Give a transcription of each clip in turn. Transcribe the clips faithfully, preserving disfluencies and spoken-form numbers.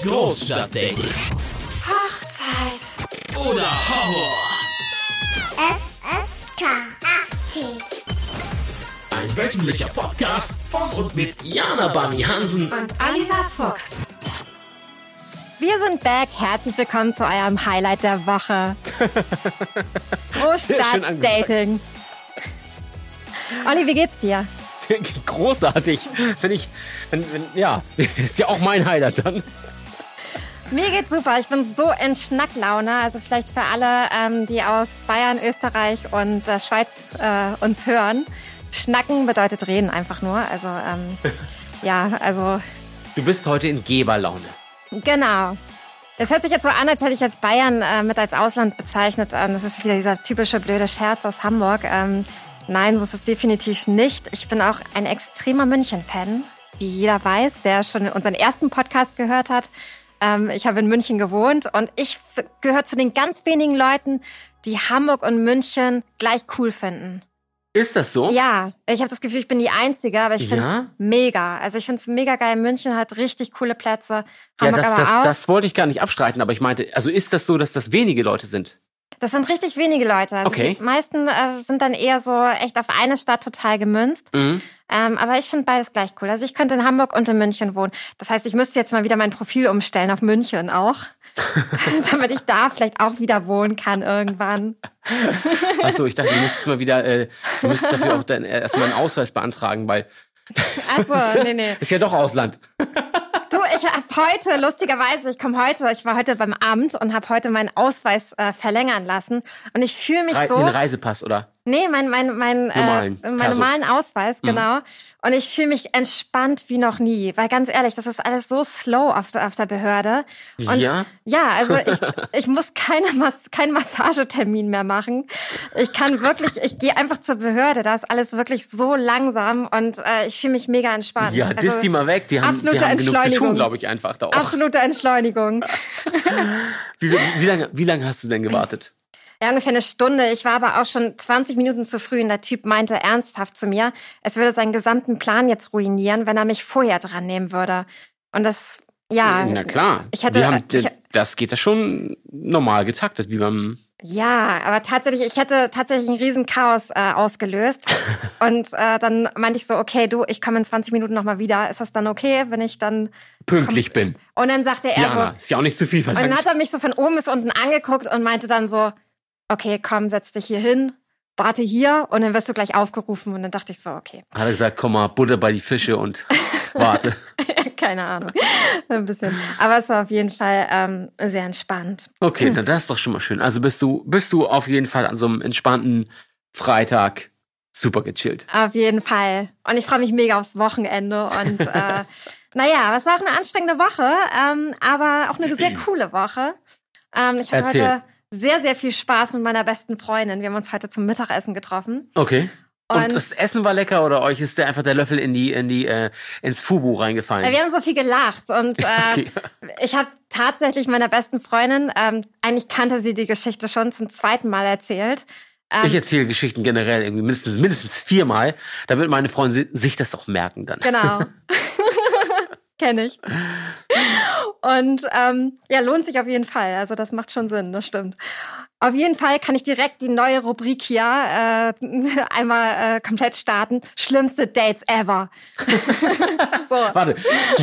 Großstadtdating. Hochzeit. Oder Horror. F S K achtzig. Ein wöchentlicher Podcast von und mit Jana Bunny Hansen Und Oliver Fuchs. Wir sind back. Herzlich willkommen zu eurem Highlight der Woche. Großstadtdating. Olli, wie geht's dir? Großartig. Finde ich, wenn, wenn, ja, ist ja auch mein Highlight dann. Mir geht's super. Ich bin so in Schnacklaune. Also vielleicht für alle, ähm, die aus Bayern, Österreich und äh, Schweiz äh, uns hören. Schnacken bedeutet reden einfach nur. Also, ähm, ja, also... Du bist heute in Geberlaune. Genau. Es hört sich jetzt so an, als hätte ich jetzt Bayern äh, mit als Ausland bezeichnet. Ähm, das ist wieder dieser typische blöde Scherz aus Hamburg. Ähm, nein, so ist es definitiv nicht. Ich bin auch ein extremer München-Fan, wie jeder weiß, der schon unseren ersten Podcast gehört hat. Ähm, ich habe in München gewohnt und ich f- gehöre zu den ganz wenigen Leuten, die Hamburg und München gleich cool finden. Ist das so? Ja, ich habe das Gefühl, ich bin die Einzige, aber ich finde es Ja? mega. Also ich finde es mega geil. München hat richtig coole Plätze. Ja, Hamburg das, aber das, auch. das wollte ich gar nicht abstreiten, aber ich meinte, also ist das so, dass das wenige Leute sind? Das sind richtig wenige Leute. Also Okay. die meisten äh, sind dann eher so echt auf eine Stadt total gemünzt. Mhm. Ähm, aber ich finde beides gleich cool. Also ich könnte in Hamburg und in München wohnen. Das heißt, ich müsste jetzt mal wieder mein Profil umstellen auf München auch. Damit ich da vielleicht auch wieder wohnen kann irgendwann. Achso, ich dachte, du müsstest mal wieder, äh, du müsstest dafür auch dann erstmal einen Ausweis beantragen, weil Achso, nee, nee. ist ja doch Ausland. Du, ich habe heute, lustigerweise, ich komme heute, ich war heute beim Amt und habe heute meinen Ausweis äh, verlängern lassen. Und ich fühle mich Rei- so... Den Reisepass, oder? Nee, mein, mein, mein, Normalen. äh, meinen Perso. normalen Ausweis, genau. Und ich fühle mich entspannt wie noch nie. Weil ganz ehrlich, das ist alles so slow auf der, auf der Behörde. Und Ja? ja, also ich, ich muss keine Mas- keinen Massagetermin mehr machen. Ich kann wirklich, ich gehe einfach zur Behörde. Da ist alles wirklich so langsam und äh, ich fühle mich mega entspannt. Ja, Also, disst die mal weg. Die haben, die absolute haben genug zu Entschleunigung. tun, glaube ich, einfach da auch. absolute Entschleunigung. Wie, wie, lange, wie lange hast du denn gewartet? Ja, ungefähr eine Stunde. Ich war aber auch schon zwanzig Minuten zu früh und der Typ meinte ernsthaft zu mir, es würde seinen gesamten Plan jetzt ruinieren, wenn er mich vorher dran nehmen würde. Und das, ja. Na klar. Ich hätte, Die haben, ich, das geht ja schon normal getaktet, wie beim... ja, aber tatsächlich, ich hätte tatsächlich ein riesen Chaos äh, ausgelöst. Und äh, dann meinte ich so, okay, du, ich komme in zwanzig Minuten nochmal wieder. Ist das dann okay, wenn ich dann... Pünktlich bin. Und dann sagte er Jana, so... ist ja auch nicht zu viel Und verlangt. dann hat er mich so von oben bis unten angeguckt und meinte dann so, okay, komm, setz dich hier hin, warte hier und dann wirst du gleich aufgerufen. Und dann dachte ich so, okay. Hat er gesagt, komm mal, Butter bei die Fische und warte. Keine Ahnung. Ein bisschen. Aber es war auf jeden Fall ähm, sehr entspannt. Okay, na das ist doch schon mal schön. Also bist du, bist du auf jeden Fall an so einem entspannten Freitag super gechillt. Auf jeden Fall. Und ich freue mich mega aufs Wochenende. Und äh, naja, es war auch eine anstrengende Woche, ähm, aber auch eine sehr coole Woche. Ähm, ich hatte Erzähl. heute sehr, sehr viel Spaß mit meiner besten Freundin. Wir haben uns heute zum Mittagessen getroffen. Okay. Und, Und- das Essen war lecker oder euch ist der einfach der Löffel in die, in die, äh, ins Fubu reingefallen? Ja, wir haben so viel gelacht und äh, Okay. ich habe tatsächlich meiner besten Freundin, ähm, eigentlich kannte sie die Geschichte schon, zum zweiten Mal erzählt. Ähm, Ich erzähle Geschichten generell irgendwie mindestens, mindestens viermal, damit meine Freunde si- sich das doch merken dann. Genau. Kenne ich. Und ähm, ja, lohnt sich auf jeden Fall. Also das macht schon Sinn, das stimmt. Auf jeden Fall kann ich direkt die neue Rubrik hier äh, einmal äh, komplett starten. Schlimmste Dates ever. So, Warte.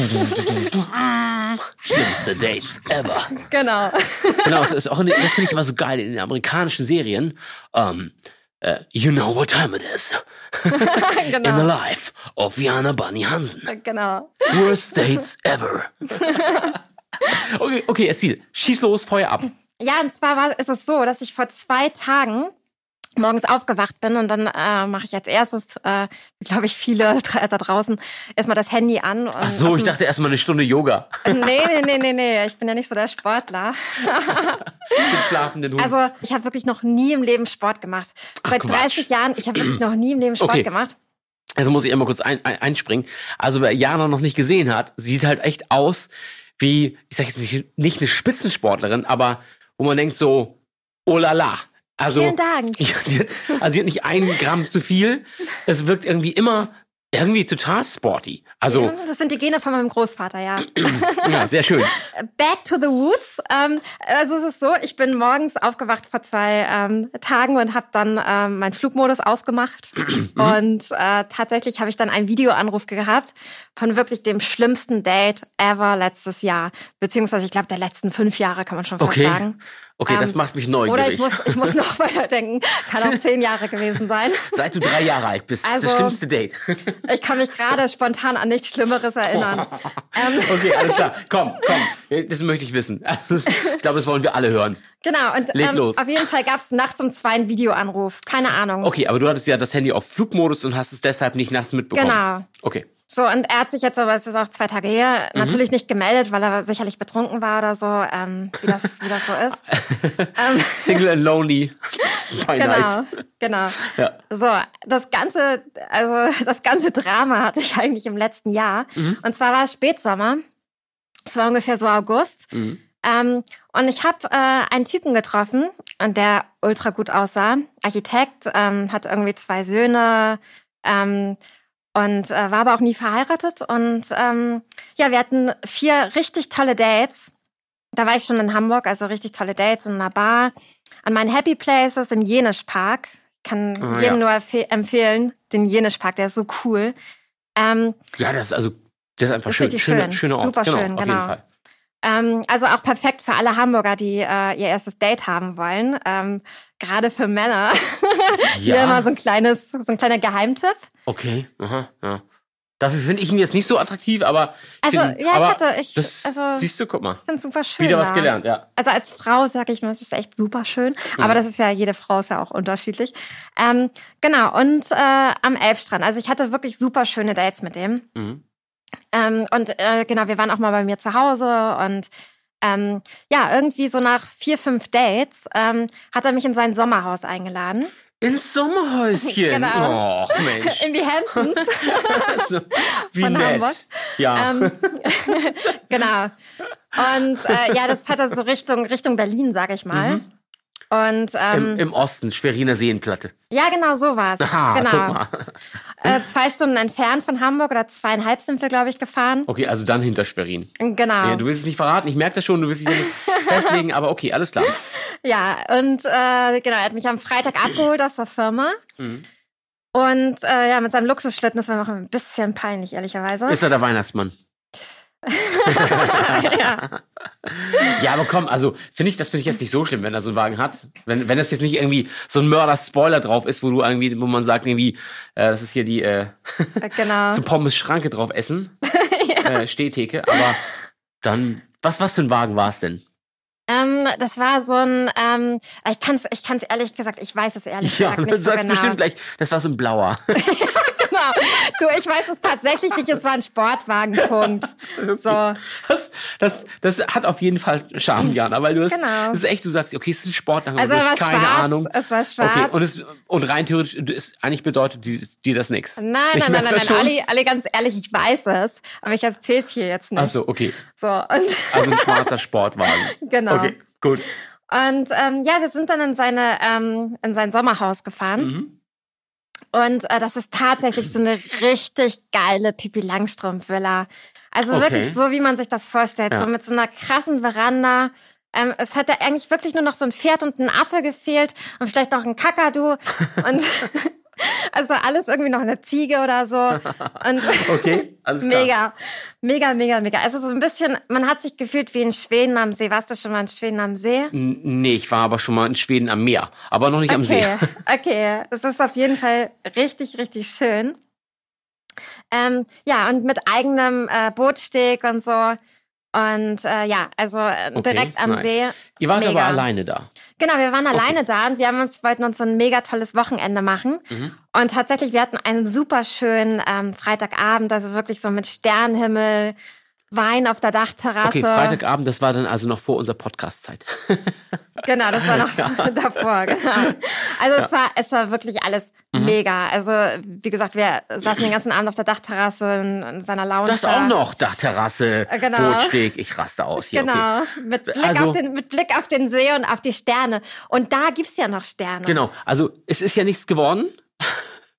Schlimmste Dates ever. genau. Genau, das ist auch in, das finde ich immer so geil in den amerikanischen Serien. Um, uh, you know what time it is. In the genau. life of Jana Bunny Hansen. Genau. Worst dates ever. Okay, okay, erzähl. Schieß los, Feuer ab. Ja, und zwar war, ist es so, dass ich vor zwei Tagen morgens aufgewacht bin und dann äh, mache ich als erstes, äh, glaube ich, viele da draußen, erstmal das Handy an. Und Ach so, aus ich dem- dachte erstmal eine Stunde Yoga. Nee, nee, nee, nee, nee, ich bin ja nicht so der Sportler. Den schlafenden Hund. Also ich habe wirklich noch nie im Leben Sport gemacht. Seit Quatsch. dreißig Jahren, ich habe wirklich noch nie im Leben Sport Okay. gemacht. Also muss ich einmal kurz ein, ein, einspringen. Also wer Jana noch nicht gesehen hat, sieht halt echt aus wie, ich sag jetzt nicht, nicht eine Spitzensportlerin, aber wo man denkt so, oh la la. Also, Vielen Dank. Also sie hat nicht einen Gramm zu viel. Es wirkt irgendwie immer irgendwie total sporty. Also, das sind die Gene von meinem Großvater, ja. ja, sehr schön. Back to the woods. Ähm, also es ist so, ich bin morgens aufgewacht vor zwei ähm, Tagen und habe dann ähm, meinen Flugmodus ausgemacht. Und äh, tatsächlich habe ich dann einen Videoanruf gehabt von wirklich dem schlimmsten Date ever letztes Jahr. Beziehungsweise ich glaube der letzten fünf Jahre, kann man schon fast Okay. sagen. Okay, Ähm, das macht mich neugierig. Oder ich muss, ich muss noch weiter denken. Kann auch zehn Jahre gewesen sein. Seit du drei Jahre alt bist, Also- das schlimmste Date. Ich kann mich gerade spontan an nichts Schlimmeres erinnern. Ähm, Okay, alles klar. Komm, komm. Das möchte ich wissen. Also, ich glaube, das wollen wir alle hören. genau, und Leg ähm, los. auf jeden Fall gab es nachts um zwei einen Videoanruf. Keine Ahnung. Okay, aber du hattest ja das Handy auf Flugmodus und hast es deshalb nicht nachts mitbekommen. Genau. Okay. So, und er hat sich jetzt, aber es ist auch zwei Tage her, Mhm. natürlich nicht gemeldet, weil er sicherlich betrunken war oder so, ähm, wie, das, wie das so ist. ähm, Single and lonely by genau, night. genau. Ja. So, das ganze, also das ganze Drama hatte ich eigentlich im letzten Jahr. Mhm. Und zwar war es Spätsommer. Es war ungefähr so August. Mhm. Ähm, und ich habe äh, einen Typen getroffen, und der ultra gut aussah. Architekt, ähm, hat irgendwie zwei Söhne, ähm, und äh, war aber auch nie verheiratet. Und ähm, ja, wir hatten vier richtig tolle Dates. Da war ich schon in Hamburg, also richtig tolle Dates in einer Bar. An meinen Happy Places im Jenisch Park. Kann Ah, jedem ja. nur empfe- empfehlen, den Jenisch Park, der ist so cool. Ähm, Ja, das ist also, das ist einfach Das ist schön. richtig Schöner, schön. schöner Ort. Super genau, schön, auf genau. jeden Fall. Ähm, also auch perfekt für alle Hamburger, die äh, ihr erstes Date haben wollen. Ähm, gerade für Männer. Hier Ja. immer so ein kleines, so ein kleiner Geheimtipp. Okay, aha, ja. Dafür finde ich ihn jetzt nicht so attraktiv, aber ich Also, find, ja, ich aber hatte- ich- das, also- siehst du, guck mal, Ich finde super schön. wieder was da. gelernt, ja. Also als Frau sage ich mal, es ist echt super schön. Aber das ist ja, jede Frau ist ja auch unterschiedlich. Ähm, genau, und äh, am Elbstrand. Also ich hatte wirklich super schöne Dates mit dem. Mhm. Ähm, und äh, genau, wir waren auch mal bei mir zu Hause und ähm, ja, irgendwie so nach vier, fünf Dates ähm, hat er mich in sein Sommerhaus eingeladen. Ins Sommerhäuschen. Genau. Och, Mensch. In die Hamptons. Wie Von nett. Hamburg. Ja. ähm, genau. Und äh, ja, das hat er so Richtung, Richtung Berlin, sag ich mal. Mhm. Und ähm, Im, Im Osten, Schweriner Seenplatte. ja, genau so war's. Aha, genau. guck mal. Äh, zwei Stunden entfernt von Hamburg oder zweieinhalb sind wir, glaube ich, gefahren. Okay, also dann hinter Schwerin. Genau. Ja, du willst es nicht verraten, ich merke das schon, du willst dich ja nicht festlegen, aber okay, alles klar. Ja, und äh, genau, er hat mich am Freitag abgeholt aus der Firma. Mhm. Und äh, ja, mit seinem Luxusschlitten, das war mir auch ein bisschen peinlich, ehrlicherweise. Ist er der Weihnachtsmann? ja. Ja, aber komm, also finde ich, das finde ich jetzt nicht so schlimm, wenn er so einen Wagen hat. Wenn wenn das jetzt nicht irgendwie so ein Mörder-Spoiler drauf ist, wo du irgendwie, wo man sagt irgendwie, äh, das ist hier die äh, Genau. so Pommes Schranke drauf essen, äh, Stehtheke. Aber dann, was was für ein Wagen war es denn? Ähm, das war so ein, ähm, ich kann's, ich kann's ehrlich gesagt, ich weiß es ehrlich Ja, gesagt du nicht so sagst genau. bestimmt gleich, das war so ein blauer. Genau. Du, ich weiß es tatsächlich nicht, es war ein Sportwagen, Punkt. So. Das, das, das hat auf jeden Fall Charme, Jana, weil du hast, Genau. das ist echt, du sagst, okay, es ist ein Sportwagen, Also aber er du war hast keine schwarz, Ahnung. es war schwarz. Okay, und, es, und rein theoretisch, ist, eigentlich bedeutet die- dir das nichts. Nein, Ich nein, nein, merk nein, das nein, schon. Ali, Ali, ganz ehrlich, ich weiß es, aber ich erzähl's hier jetzt nicht. Ach so, okay. So, und Also ein schwarzer Sportwagen. genau. Okay, gut. Und ähm, ja, wir sind dann in seine ähm, in sein Sommerhaus gefahren. Mhm. Und äh, das ist tatsächlich so eine richtig geile Pippi Langstrumpf-Villa. Also Okay. wirklich so, wie man sich das vorstellt. Ja. So mit so einer krassen Veranda. Ähm, es hat da eigentlich wirklich nur noch so ein Pferd und ein Affe gefehlt und vielleicht noch ein Kakadu. Und also alles irgendwie noch eine Ziege oder so. Und Okay, alles klar. mega, mega, mega, mega. Also so ein bisschen, man hat sich gefühlt wie in Schweden am See. Warst du schon mal in Schweden am See? N- Nee, ich war aber schon mal in Schweden am Meer, aber noch nicht am See. Okay, okay. Es ist auf jeden Fall richtig, richtig schön. Ähm, ja, und mit eigenem äh, Bootsteg und so. Und äh, ja, also äh, Okay, direkt am nice. See. Ihr wart Mega. aber alleine da. Genau, wir waren alleine da und wir haben uns, wollten uns so ein mega tolles Wochenende machen. Mhm. Und tatsächlich, wir hatten einen super schönen ähm, Freitagabend, also wirklich so mit Sternenhimmel, Wein auf der Dachterrasse. Okay, Freitagabend, das war dann also noch vor unserer Podcast-Zeit. Genau, das war noch davor, genau. Also es war, es war wirklich alles Mhm. mega. Also, wie gesagt, wir saßen den ganzen Abend auf der Dachterrasse in, in seiner Lounge. Das da. auch noch, Dachterrasse, Äh, genau. Bootsteg, ich raste aus hier. Genau, Okay. mit Blick, Also- auf den, mit Blick auf den See und auf die Sterne. Und da gibt's ja noch Sterne. Genau, also es ist ja nichts geworden.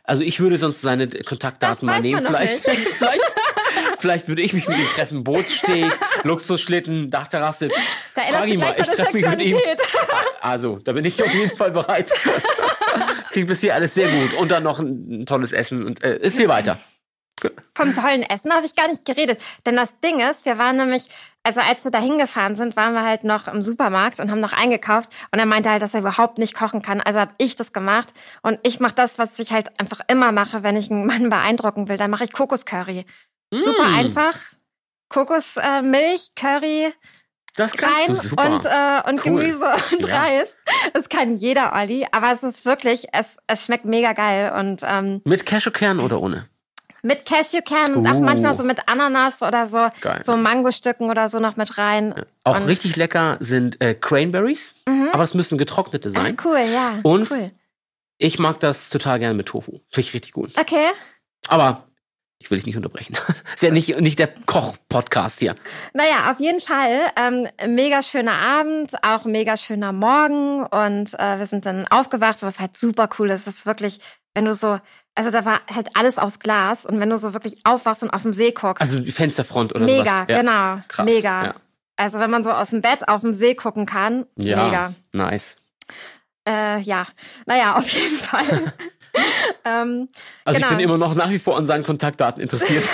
Also ich würde sonst seine Kontaktdaten mal Das weiß nehmen. man noch Vielleicht, vielleicht, vielleicht würde ich mich mit ihm treffen. Bootssteg, Luxusschlitten, Dachterrasse. Da Frag erinnerst du ihn mal, gleich ich deine treffe mich mit ihm. Sexualität. Also, da bin ich auf jeden Fall bereit. Klingt bis hier alles sehr gut. Und dann noch ein, ein tolles Essen. Und äh, ist hier weiter. Vom tollen Essen habe ich gar nicht geredet. Denn das Ding ist, wir waren nämlich, also als wir da hingefahren sind, waren wir halt noch im Supermarkt und haben noch eingekauft. Und er meinte halt, dass er überhaupt nicht kochen kann. Also habe ich das gemacht. Und ich mache das, was ich halt einfach immer mache, wenn ich einen Mann beeindrucken will. Dann mache ich Kokoscurry. Mm. Super einfach. Kokosmilch, äh, Curry das kannst rein du, super. und, äh, und Cool. Gemüse und Ja. Reis. Das kann jeder, Olli. Aber es ist wirklich, es, es schmeckt mega geil. Und ähm, Mit Cashewkern oder ohne? mit Cashewkern und auch Uh. manchmal so mit Ananas oder so, Geil. so Mangostücken oder so noch mit rein. Auch Und- richtig lecker sind äh, Cranberries, aber es müssen getrocknete Ah, sein. cool, ja. Und cool. ich mag das total gerne mit Tofu. Finde ich richtig gut. Okay. Aber ich will dich nicht unterbrechen. Ist ja nicht, nicht der Koch-Podcast hier. Naja, auf jeden Fall. Ähm, mega schöner Abend, auch mega schöner Morgen. Und äh, wir sind dann aufgewacht, was halt super cool ist. Es ist wirklich, wenn du so, also da war halt alles aus Glas. Und wenn du so wirklich aufwachst und auf den See guckst. Also die Fensterfront oder mega, sowas. Ja. genau. Krass, Mega. ja. Also wenn man so aus dem Bett auf den See gucken kann, Ja, mega. nice. Äh, ja, naja, auf jeden Fall. ähm, Also genau. ich bin immer noch nach wie vor an seinen Kontaktdaten interessiert.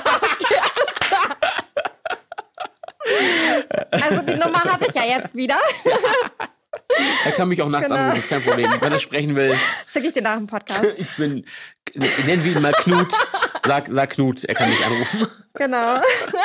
Also die Nummer habe ich ja jetzt wieder. Er kann mich auch nachts Genau. anrufen, ist kein Problem. Wenn er sprechen will, Schicke ich dir nach dem Podcast. ich bin, nennen wir ihn mal Knut. Sag, sag Knut, er kann mich anrufen. Genau.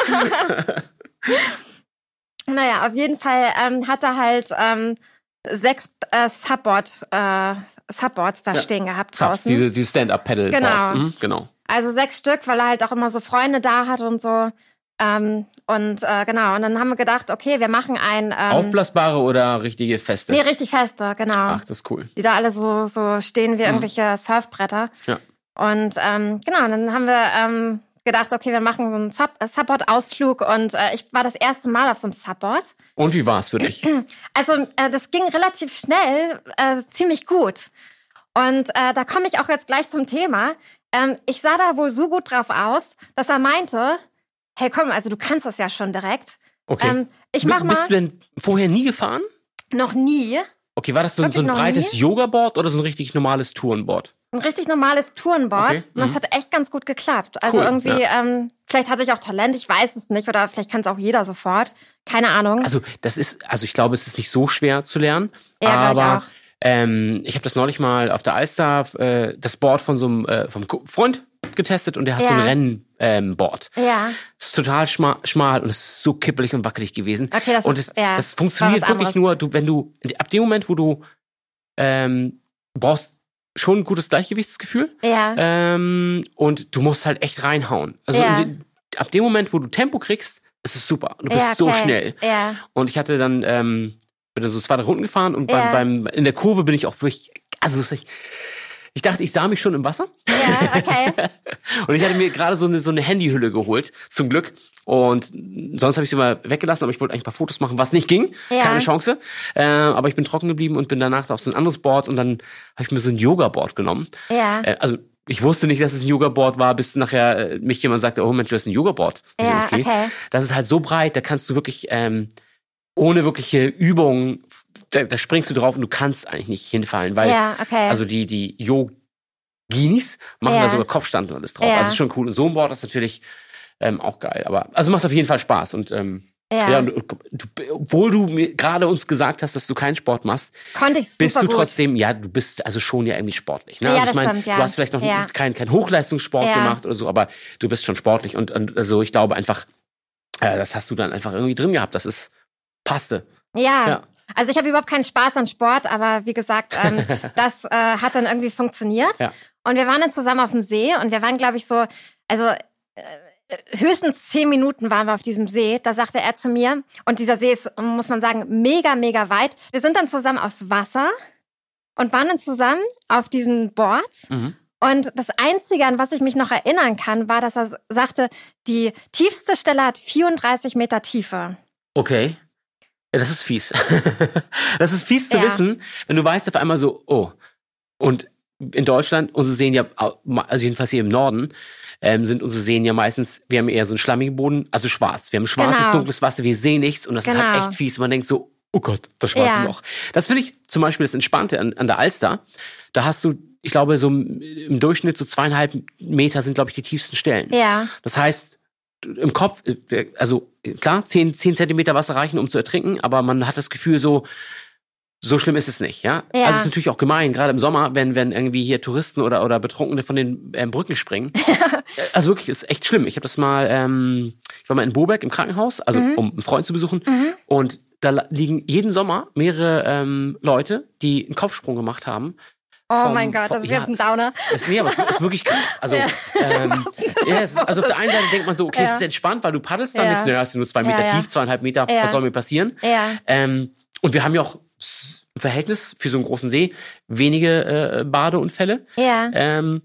Naja, auf jeden Fall ähm, hat er halt ähm, sechs äh, Subboard, äh, Subboards da Ja. stehen gehabt Krass, draußen. diese, diese Stand-Up-Pedal-Boards. Genau. Mhm, genau. Also sechs Stück, weil er halt auch immer so Freunde da hat und so. Ähm, und äh, genau, und dann haben wir gedacht, okay, wir machen ein... Ähm, Aufblasbare oder richtige feste? Nee, richtig feste, genau. Ach, das ist cool. Die da alle so, so stehen wie irgendwelche Surfbretter. Ja. Und ähm, genau, dann haben wir ähm, gedacht, okay, wir machen so einen Sub Subboard-Ausflug und äh, ich war das erste Mal auf so einem Subboard. Und wie war es für dich? Also äh, das ging relativ schnell, äh, ziemlich gut. Und äh, da komme ich auch jetzt gleich zum Thema. Ähm, ich sah da wohl so gut drauf aus, dass er meinte, hey komm, also du kannst das ja schon direkt. Okay. Ähm, ich mach B- Bist mal du denn vorher nie gefahren? noch nie Okay, war das so, so Wirklich ein noch breites nie? Yoga-Board oder so ein richtig normales Tourenboard? ein richtig normales Tourenboard. Okay, Und das mhm. hat echt ganz gut geklappt. Also Cool, irgendwie, ja. ähm, vielleicht hatte ich auch Talent, ich weiß es nicht. Oder vielleicht kann es auch jeder sofort. Keine Ahnung. Also das ist, also ich glaube, es ist nicht so schwer zu lernen. Ja, glaub ich aber auch. ähm, ich habe das neulich mal auf der Alster äh, das Board von so einem äh, vom Ko- Freund getestet und der hat Ja. so ein Rennboard. Ähm, Board. ja. Es ist total schma schmal und es ist so kippelig und wackelig gewesen. Okay, das und ist- es, ja, das das funktioniert war was wirklich anderes. nur, du, wenn du ab dem Moment, wo du ähm, du brauchst schon ein gutes Gleichgewichtsgefühl Ja. ähm, und du musst halt echt reinhauen. Also Ja. in den, ab dem Moment, wo du Tempo kriegst, ist es super. Du bist ja, so okay. schnell. Ja. Und ich hatte dann, ähm, bin dann so zwei, drei Runden gefahren und Ja. beim, beim, in der Kurve bin ich auch wirklich, also ich, ich dachte, ich sah mich schon im Wasser. Ja, okay. Und ich hatte mir gerade so eine, so eine Handyhülle geholt, zum Glück. Und sonst habe ich sie mal weggelassen, aber ich wollte eigentlich ein paar Fotos machen, was nicht ging. Ja. Keine Chance. Äh, aber ich bin trocken geblieben und bin danach auf so ein anderes Board und dann habe ich mir so ein Yoga-Board genommen. Ja. Äh, also ich wusste nicht, dass es ein Yoga-Board war, bis nachher äh, mich jemand sagte, oh Mensch, du hast ein Yoga-Board. Ich Ja, so, okay. Das ist halt so breit, da kannst du wirklich ähm, ohne wirkliche Übung, da, da springst du drauf und du kannst eigentlich nicht hinfallen, weil Ja, okay. also die, die Yoginis machen Ja. da sogar Kopfstand und alles drauf. Ja. Also ist schon cool. Und so ein Board ist natürlich ähm, auch geil. Aber also macht auf jeden Fall Spaß. Und ähm, Ja. ja, und, du, obwohl du mir gerade uns gesagt hast, dass du keinen Sport machst, Konnte ich super bist du gut. trotzdem, ja, du bist also schon ja irgendwie sportlich. Ne? Ja, also das ich mein, stimmt, ja. Du hast vielleicht noch Ja. keinen kein Hochleistungssport Ja. gemacht oder so, aber du bist schon sportlich. Und, und also ich glaube einfach, äh, das hast du dann einfach irgendwie drin gehabt. Das ist, passte. Ja. Ja. Also ich habe überhaupt keinen Spaß an Sport, aber wie gesagt, ähm, das äh, hat dann irgendwie funktioniert. Ja. Und wir waren dann zusammen auf dem See und wir waren, glaube ich, so, also äh, höchstens zehn Minuten waren wir auf diesem See. Da sagte er zu mir, und dieser See ist, muss man sagen, mega, mega weit. Wir sind dann zusammen aufs Wasser und waren dann zusammen auf diesen Boards. Mhm. Und das Einzige, an was ich mich noch erinnern kann, war, dass er sagte, die tiefste Stelle hat vierunddreißig Meter Tiefe. Okay. Ja, das ist fies. Das ist fies zu Ja. wissen, wenn du weißt auf einmal so, oh. Und in Deutschland, unsere Seen ja, also jedenfalls hier im Norden, ähm, sind unsere Seen ja meistens, wir haben eher so einen schlammigen Boden, also schwarz. Wir haben schwarzes, Genau. dunkles Wasser, wir sehen nichts und das Genau. ist halt echt fies. Man denkt so, oh Gott, das schwarze Ja. Loch. Das finde ich zum Beispiel das Entspannte an, an der Alster. Da hast du, ich glaube, so im Durchschnitt so zweieinhalb Meter sind, glaube ich, die tiefsten Stellen. Ja. Das heißt, im Kopf, also klar, zehn, zehn Zentimeter Wasser reichen, um zu ertrinken, aber man hat das Gefühl so, so schlimm ist es nicht, ja? Ja. Also es ist natürlich auch gemein, gerade im Sommer, wenn, wenn irgendwie hier Touristen oder, oder Betrunkene von den ähm, Brücken springen. Also wirklich, ist echt schlimm. Ich habe das mal, ähm, ich war mal in Boberg im Krankenhaus, also Mhm. um einen Freund zu besuchen. Mhm. Und da la- liegen jeden Sommer mehrere ähm, Leute, die einen Kopfsprung gemacht haben. Oh Vom- mein Gott, vom- das ist ja, jetzt ein Downer. Es, nee, aber es ist wirklich krass. Also, Ja. ähm, ja, es ist, also auf der einen Seite denkt man so, okay, Ja. es ist entspannt, weil du paddelst, dann Ja. denkst du, naja, es sind nur zwei Ja, Meter ja. tief, zweieinhalb Meter, Ja. was soll mir passieren? Ja. Ähm, und wir haben ja auch s- im Verhältnis für so einen großen See wenige äh, Badeunfälle. Ja. Ähm,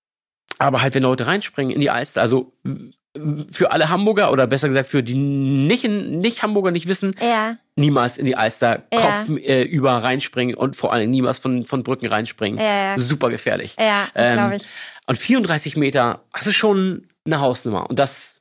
aber halt, wenn Leute reinspringen in die Alster, also m- für alle Hamburger oder besser gesagt für die nicht, nicht Hamburger nicht wissen, Ja. niemals in die Alster Ja. Kopf äh, über reinspringen und vor allem niemals von, von Brücken reinspringen. Ja, ja. Super gefährlich. Ja, das glaube ich. Und vierunddreißig Meter, das ist schon eine Hausnummer. Und das,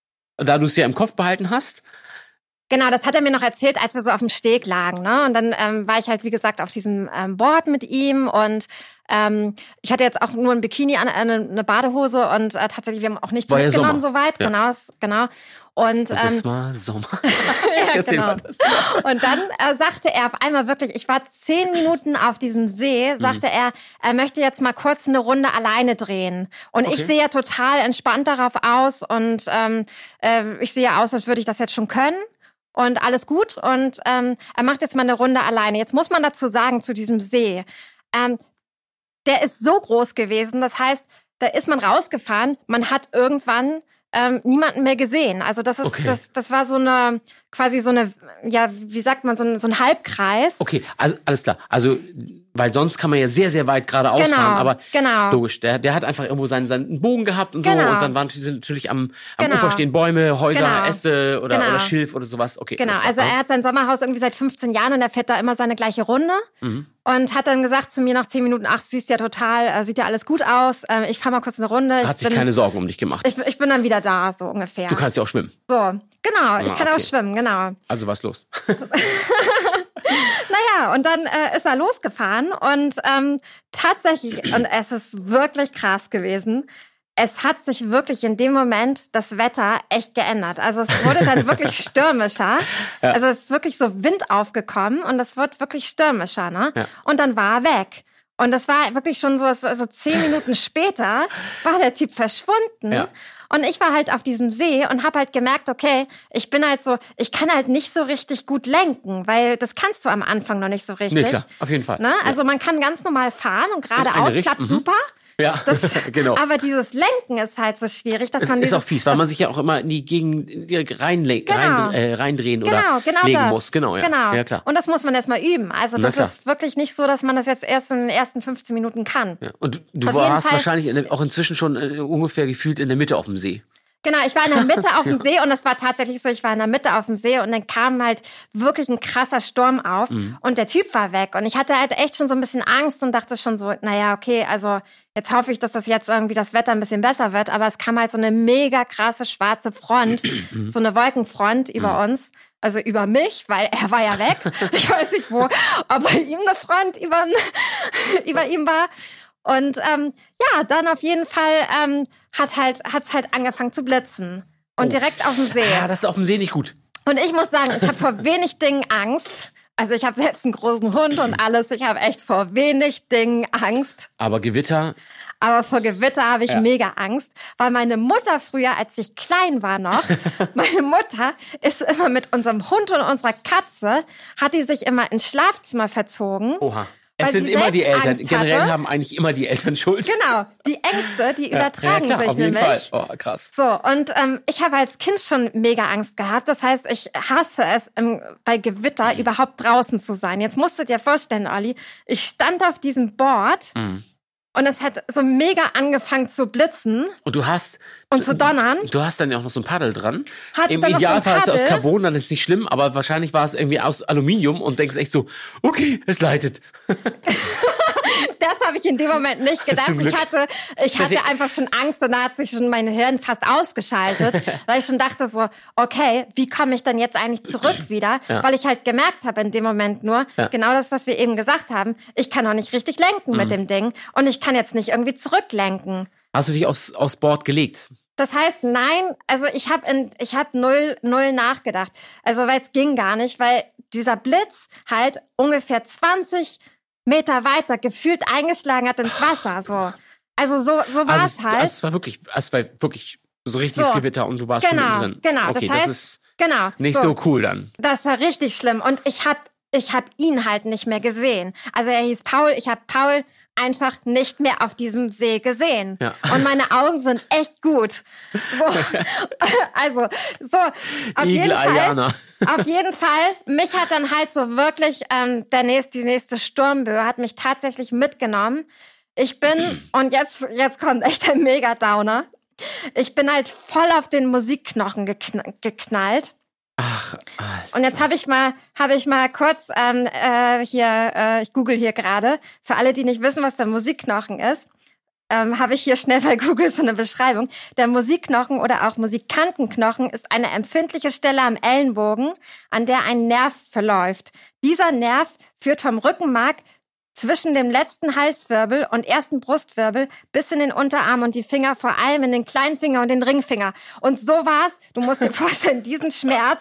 da du es ja im Kopf behalten hast, Genau, das hat er mir noch erzählt, als wir so auf dem Steg lagen, ne? Und dann ähm, war ich halt, wie gesagt, auf diesem ähm, Board mit ihm und ähm, ich hatte jetzt auch nur ein Bikini an, eine, eine Badehose und äh, tatsächlich, wir haben auch nichts War ja mitgenommen Sommer. soweit. Ja. Genau, es- genau. Und, und ähm, das war Sommer. ja, Erzähl genau. mal das. Und dann äh, sagte er auf einmal wirklich, ich war zehn Minuten auf diesem See, sagte er, er möchte jetzt mal kurz eine Runde alleine drehen. Und Okay. ich sehe ja total entspannt darauf aus und ähm, äh, ich sehe aus, als würde ich das jetzt schon können. Und alles gut. Und ähm, er macht jetzt mal eine Runde alleine. Jetzt muss man dazu sagen, zu diesem See, ähm, der ist so groß gewesen. Das heißt, da ist man rausgefahren. Man hat irgendwann ähm, niemanden mehr gesehen. Also das ist, Okay. das, das war so eine, quasi so eine, ja, wie sagt man, so ein, so ein Halbkreis. Okay, also alles klar. Also, weil sonst kann man ja sehr, sehr weit geradeaus Genau, fahren. Aber genau. logisch, der, der hat einfach irgendwo seinen, seinen Bogen gehabt und so. Genau. Und dann waren sind natürlich am, am Genau. Ufer stehen Bäume, Häuser, Genau. Äste oder, Genau. oder Schilf oder sowas. Okay. Genau, alles klar. also er hat sein Sommerhaus irgendwie seit fünfzehn Jahren und er fährt da immer seine gleiche Runde Mhm. und hat dann gesagt zu mir nach zehn Minuten, ach, siehst ja total, äh, sieht ja alles gut aus, äh, ich fahr mal kurz eine Runde. hat ich sich bin, keine Sorgen um dich gemacht. ich, ich bin dann wieder da, so ungefähr. Du kannst ja auch schwimmen. So, genau, ich Ah, kann okay. auch schwimmen, genau. Also was los? Naja, und dann äh, ist er losgefahren und ähm, tatsächlich, und es ist wirklich krass gewesen, es hat sich wirklich in dem Moment das Wetter echt geändert. Also es wurde dann wirklich stürmischer. Ja. Also es ist wirklich so Wind aufgekommen und es wird wirklich stürmischer, ne? Ja. Und dann war er weg. Und das war wirklich schon so, also zehn Minuten später war der Typ verschwunden. Ja. Und ich war halt auf diesem See und habe halt gemerkt, okay, ich bin halt so, ich kann halt nicht so richtig gut lenken, weil das kannst du am Anfang noch nicht so richtig. Nee, klar, auf jeden Fall. Ne? Also man kann ganz normal fahren und In eine geradeaus Richtung, klappt mhm. super. Ja, Das, genau. Aber dieses Lenken ist halt so schwierig, dass Es man ist dieses, auch fies, weil das, man sich ja auch immer in die Gegend reinle Genau. rein, äh, reindrehen Genau, oder genau legen das. muss. Genau, ja. Genau. Ja, klar. Und das muss man erst mal üben. Also Na das klar. ist wirklich nicht so, dass man das jetzt erst in den ersten fünfzehn Minuten kann. Ja. Und du, du Auf jeden warst Fall- wahrscheinlich in, der- auch inzwischen schon äh, ungefähr gefühlt in der Mitte auf dem See. Genau, ich war in der Mitte auf dem See und es war tatsächlich so, ich war in der Mitte auf dem See und dann kam halt wirklich ein krasser Sturm auf Mhm. und der Typ war weg und ich hatte halt echt schon so ein bisschen Angst und dachte schon so, naja, okay, also jetzt hoffe ich, dass das jetzt irgendwie das Wetter ein bisschen besser wird, aber es kam halt so eine mega krasse schwarze Front, so eine Wolkenfront über uns. Also über mich, weil er war ja weg. Ich weiß nicht wo, ob bei ihm eine Front über, über ihm war. Und ähm, ja, dann auf jeden Fall ähm, hat halt hat's halt angefangen zu blitzen. Und Oh. direkt auf dem See. Ja, das ist auf dem See nicht gut. Und ich muss sagen, ich habe vor wenig Dingen Angst. Also ich habe selbst einen großen Hund und alles. Ich habe echt vor wenig Dingen Angst. Aber Gewitter, Aber vor Gewitter habe ich Ja. mega Angst, weil meine Mutter früher, als ich klein war noch, meine Mutter ist immer mit unserem Hund und unserer Katze, hat die sich immer ins Schlafzimmer verzogen. oha. Es Weil sind sie immer die selbst Eltern. Angst Generell hatte. haben eigentlich immer die Eltern Schuld. Genau, die Ängste, die übertragen ja, klar, sich auf jeden nämlich. Fall. Oh, krass. So, und ähm, ich habe als Kind schon mega Angst gehabt. Das heißt, ich hasse es, im, bei Gewitter überhaupt draußen zu sein. Jetzt musst du dir vorstellen, Olli, ich stand auf diesem Board Mhm. und es hat so mega angefangen zu blitzen Und du hast und zu donnern. Du hast dann ja auch noch so ein Paddel dran. Hatte Im dann noch so ein Idealfall ist es aus Paddel. Carbon, dann ist es nicht schlimm, aber wahrscheinlich war es irgendwie aus Aluminium und denkst echt so, okay, es leitet. das habe ich in dem Moment nicht gedacht. Zum Glück. Ich hatte, ich hatte einfach schon Angst und da hat sich schon mein Hirn fast ausgeschaltet, weil ich schon dachte so, okay, wie komme ich denn jetzt eigentlich zurück wieder? Ja. Weil ich halt gemerkt habe in dem Moment nur, Ja. genau das, was wir eben gesagt haben, ich kann auch nicht richtig lenken Mhm. mit dem Ding und ich kann jetzt nicht irgendwie zurücklenken. Hast du dich aufs, aufs Board gelegt? Das heißt, nein, also ich habe in ich habe null null nachgedacht. Also weil es ging gar nicht, weil dieser Blitz halt ungefähr zwanzig Meter weiter gefühlt eingeschlagen hat ins Wasser. So, also so so war Also es halt. Es war wirklich, es war wirklich so richtiges So. Gewitter und du warst Genau, schon drin. genau. Okay, Das heißt, das ist genau. nicht so, cool dann. Das war richtig schlimm und ich hab ich hab ihn halt nicht mehr gesehen. Also er hieß Paul. Ich habe Paul einfach nicht mehr auf diesem See gesehen. Ja. Und meine Augen sind echt gut. So, also, so, auf jeden Fall, Igel-Ayana. auf jeden Fall, mich hat dann halt so wirklich, ähm, der nächste, die nächste Sturmböe hat mich tatsächlich mitgenommen. Ich bin, und jetzt, jetzt kommt echt ein Mega-Downer. Ich bin halt voll auf den Musikknochen gekn- geknallt. Ach, Alter. Und jetzt habe ich mal, habe ich mal kurz ähm, äh, hier, äh, ich google hier gerade. Für alle, die nicht wissen, was der Musikknochen ist, ähm, habe ich hier schnell bei Google so eine Beschreibung. Der Musikknochen oder auch Musikantenknochen ist eine empfindliche Stelle am Ellenbogen, an der ein Nerv verläuft. Dieser Nerv führt vom Rückenmark zwischen dem letzten Halswirbel und ersten Brustwirbel bis in den Unterarm und die Finger, vor allem in den kleinen Finger und den Ringfinger. Und so war's. Du musst dir vorstellen, diesen Schmerz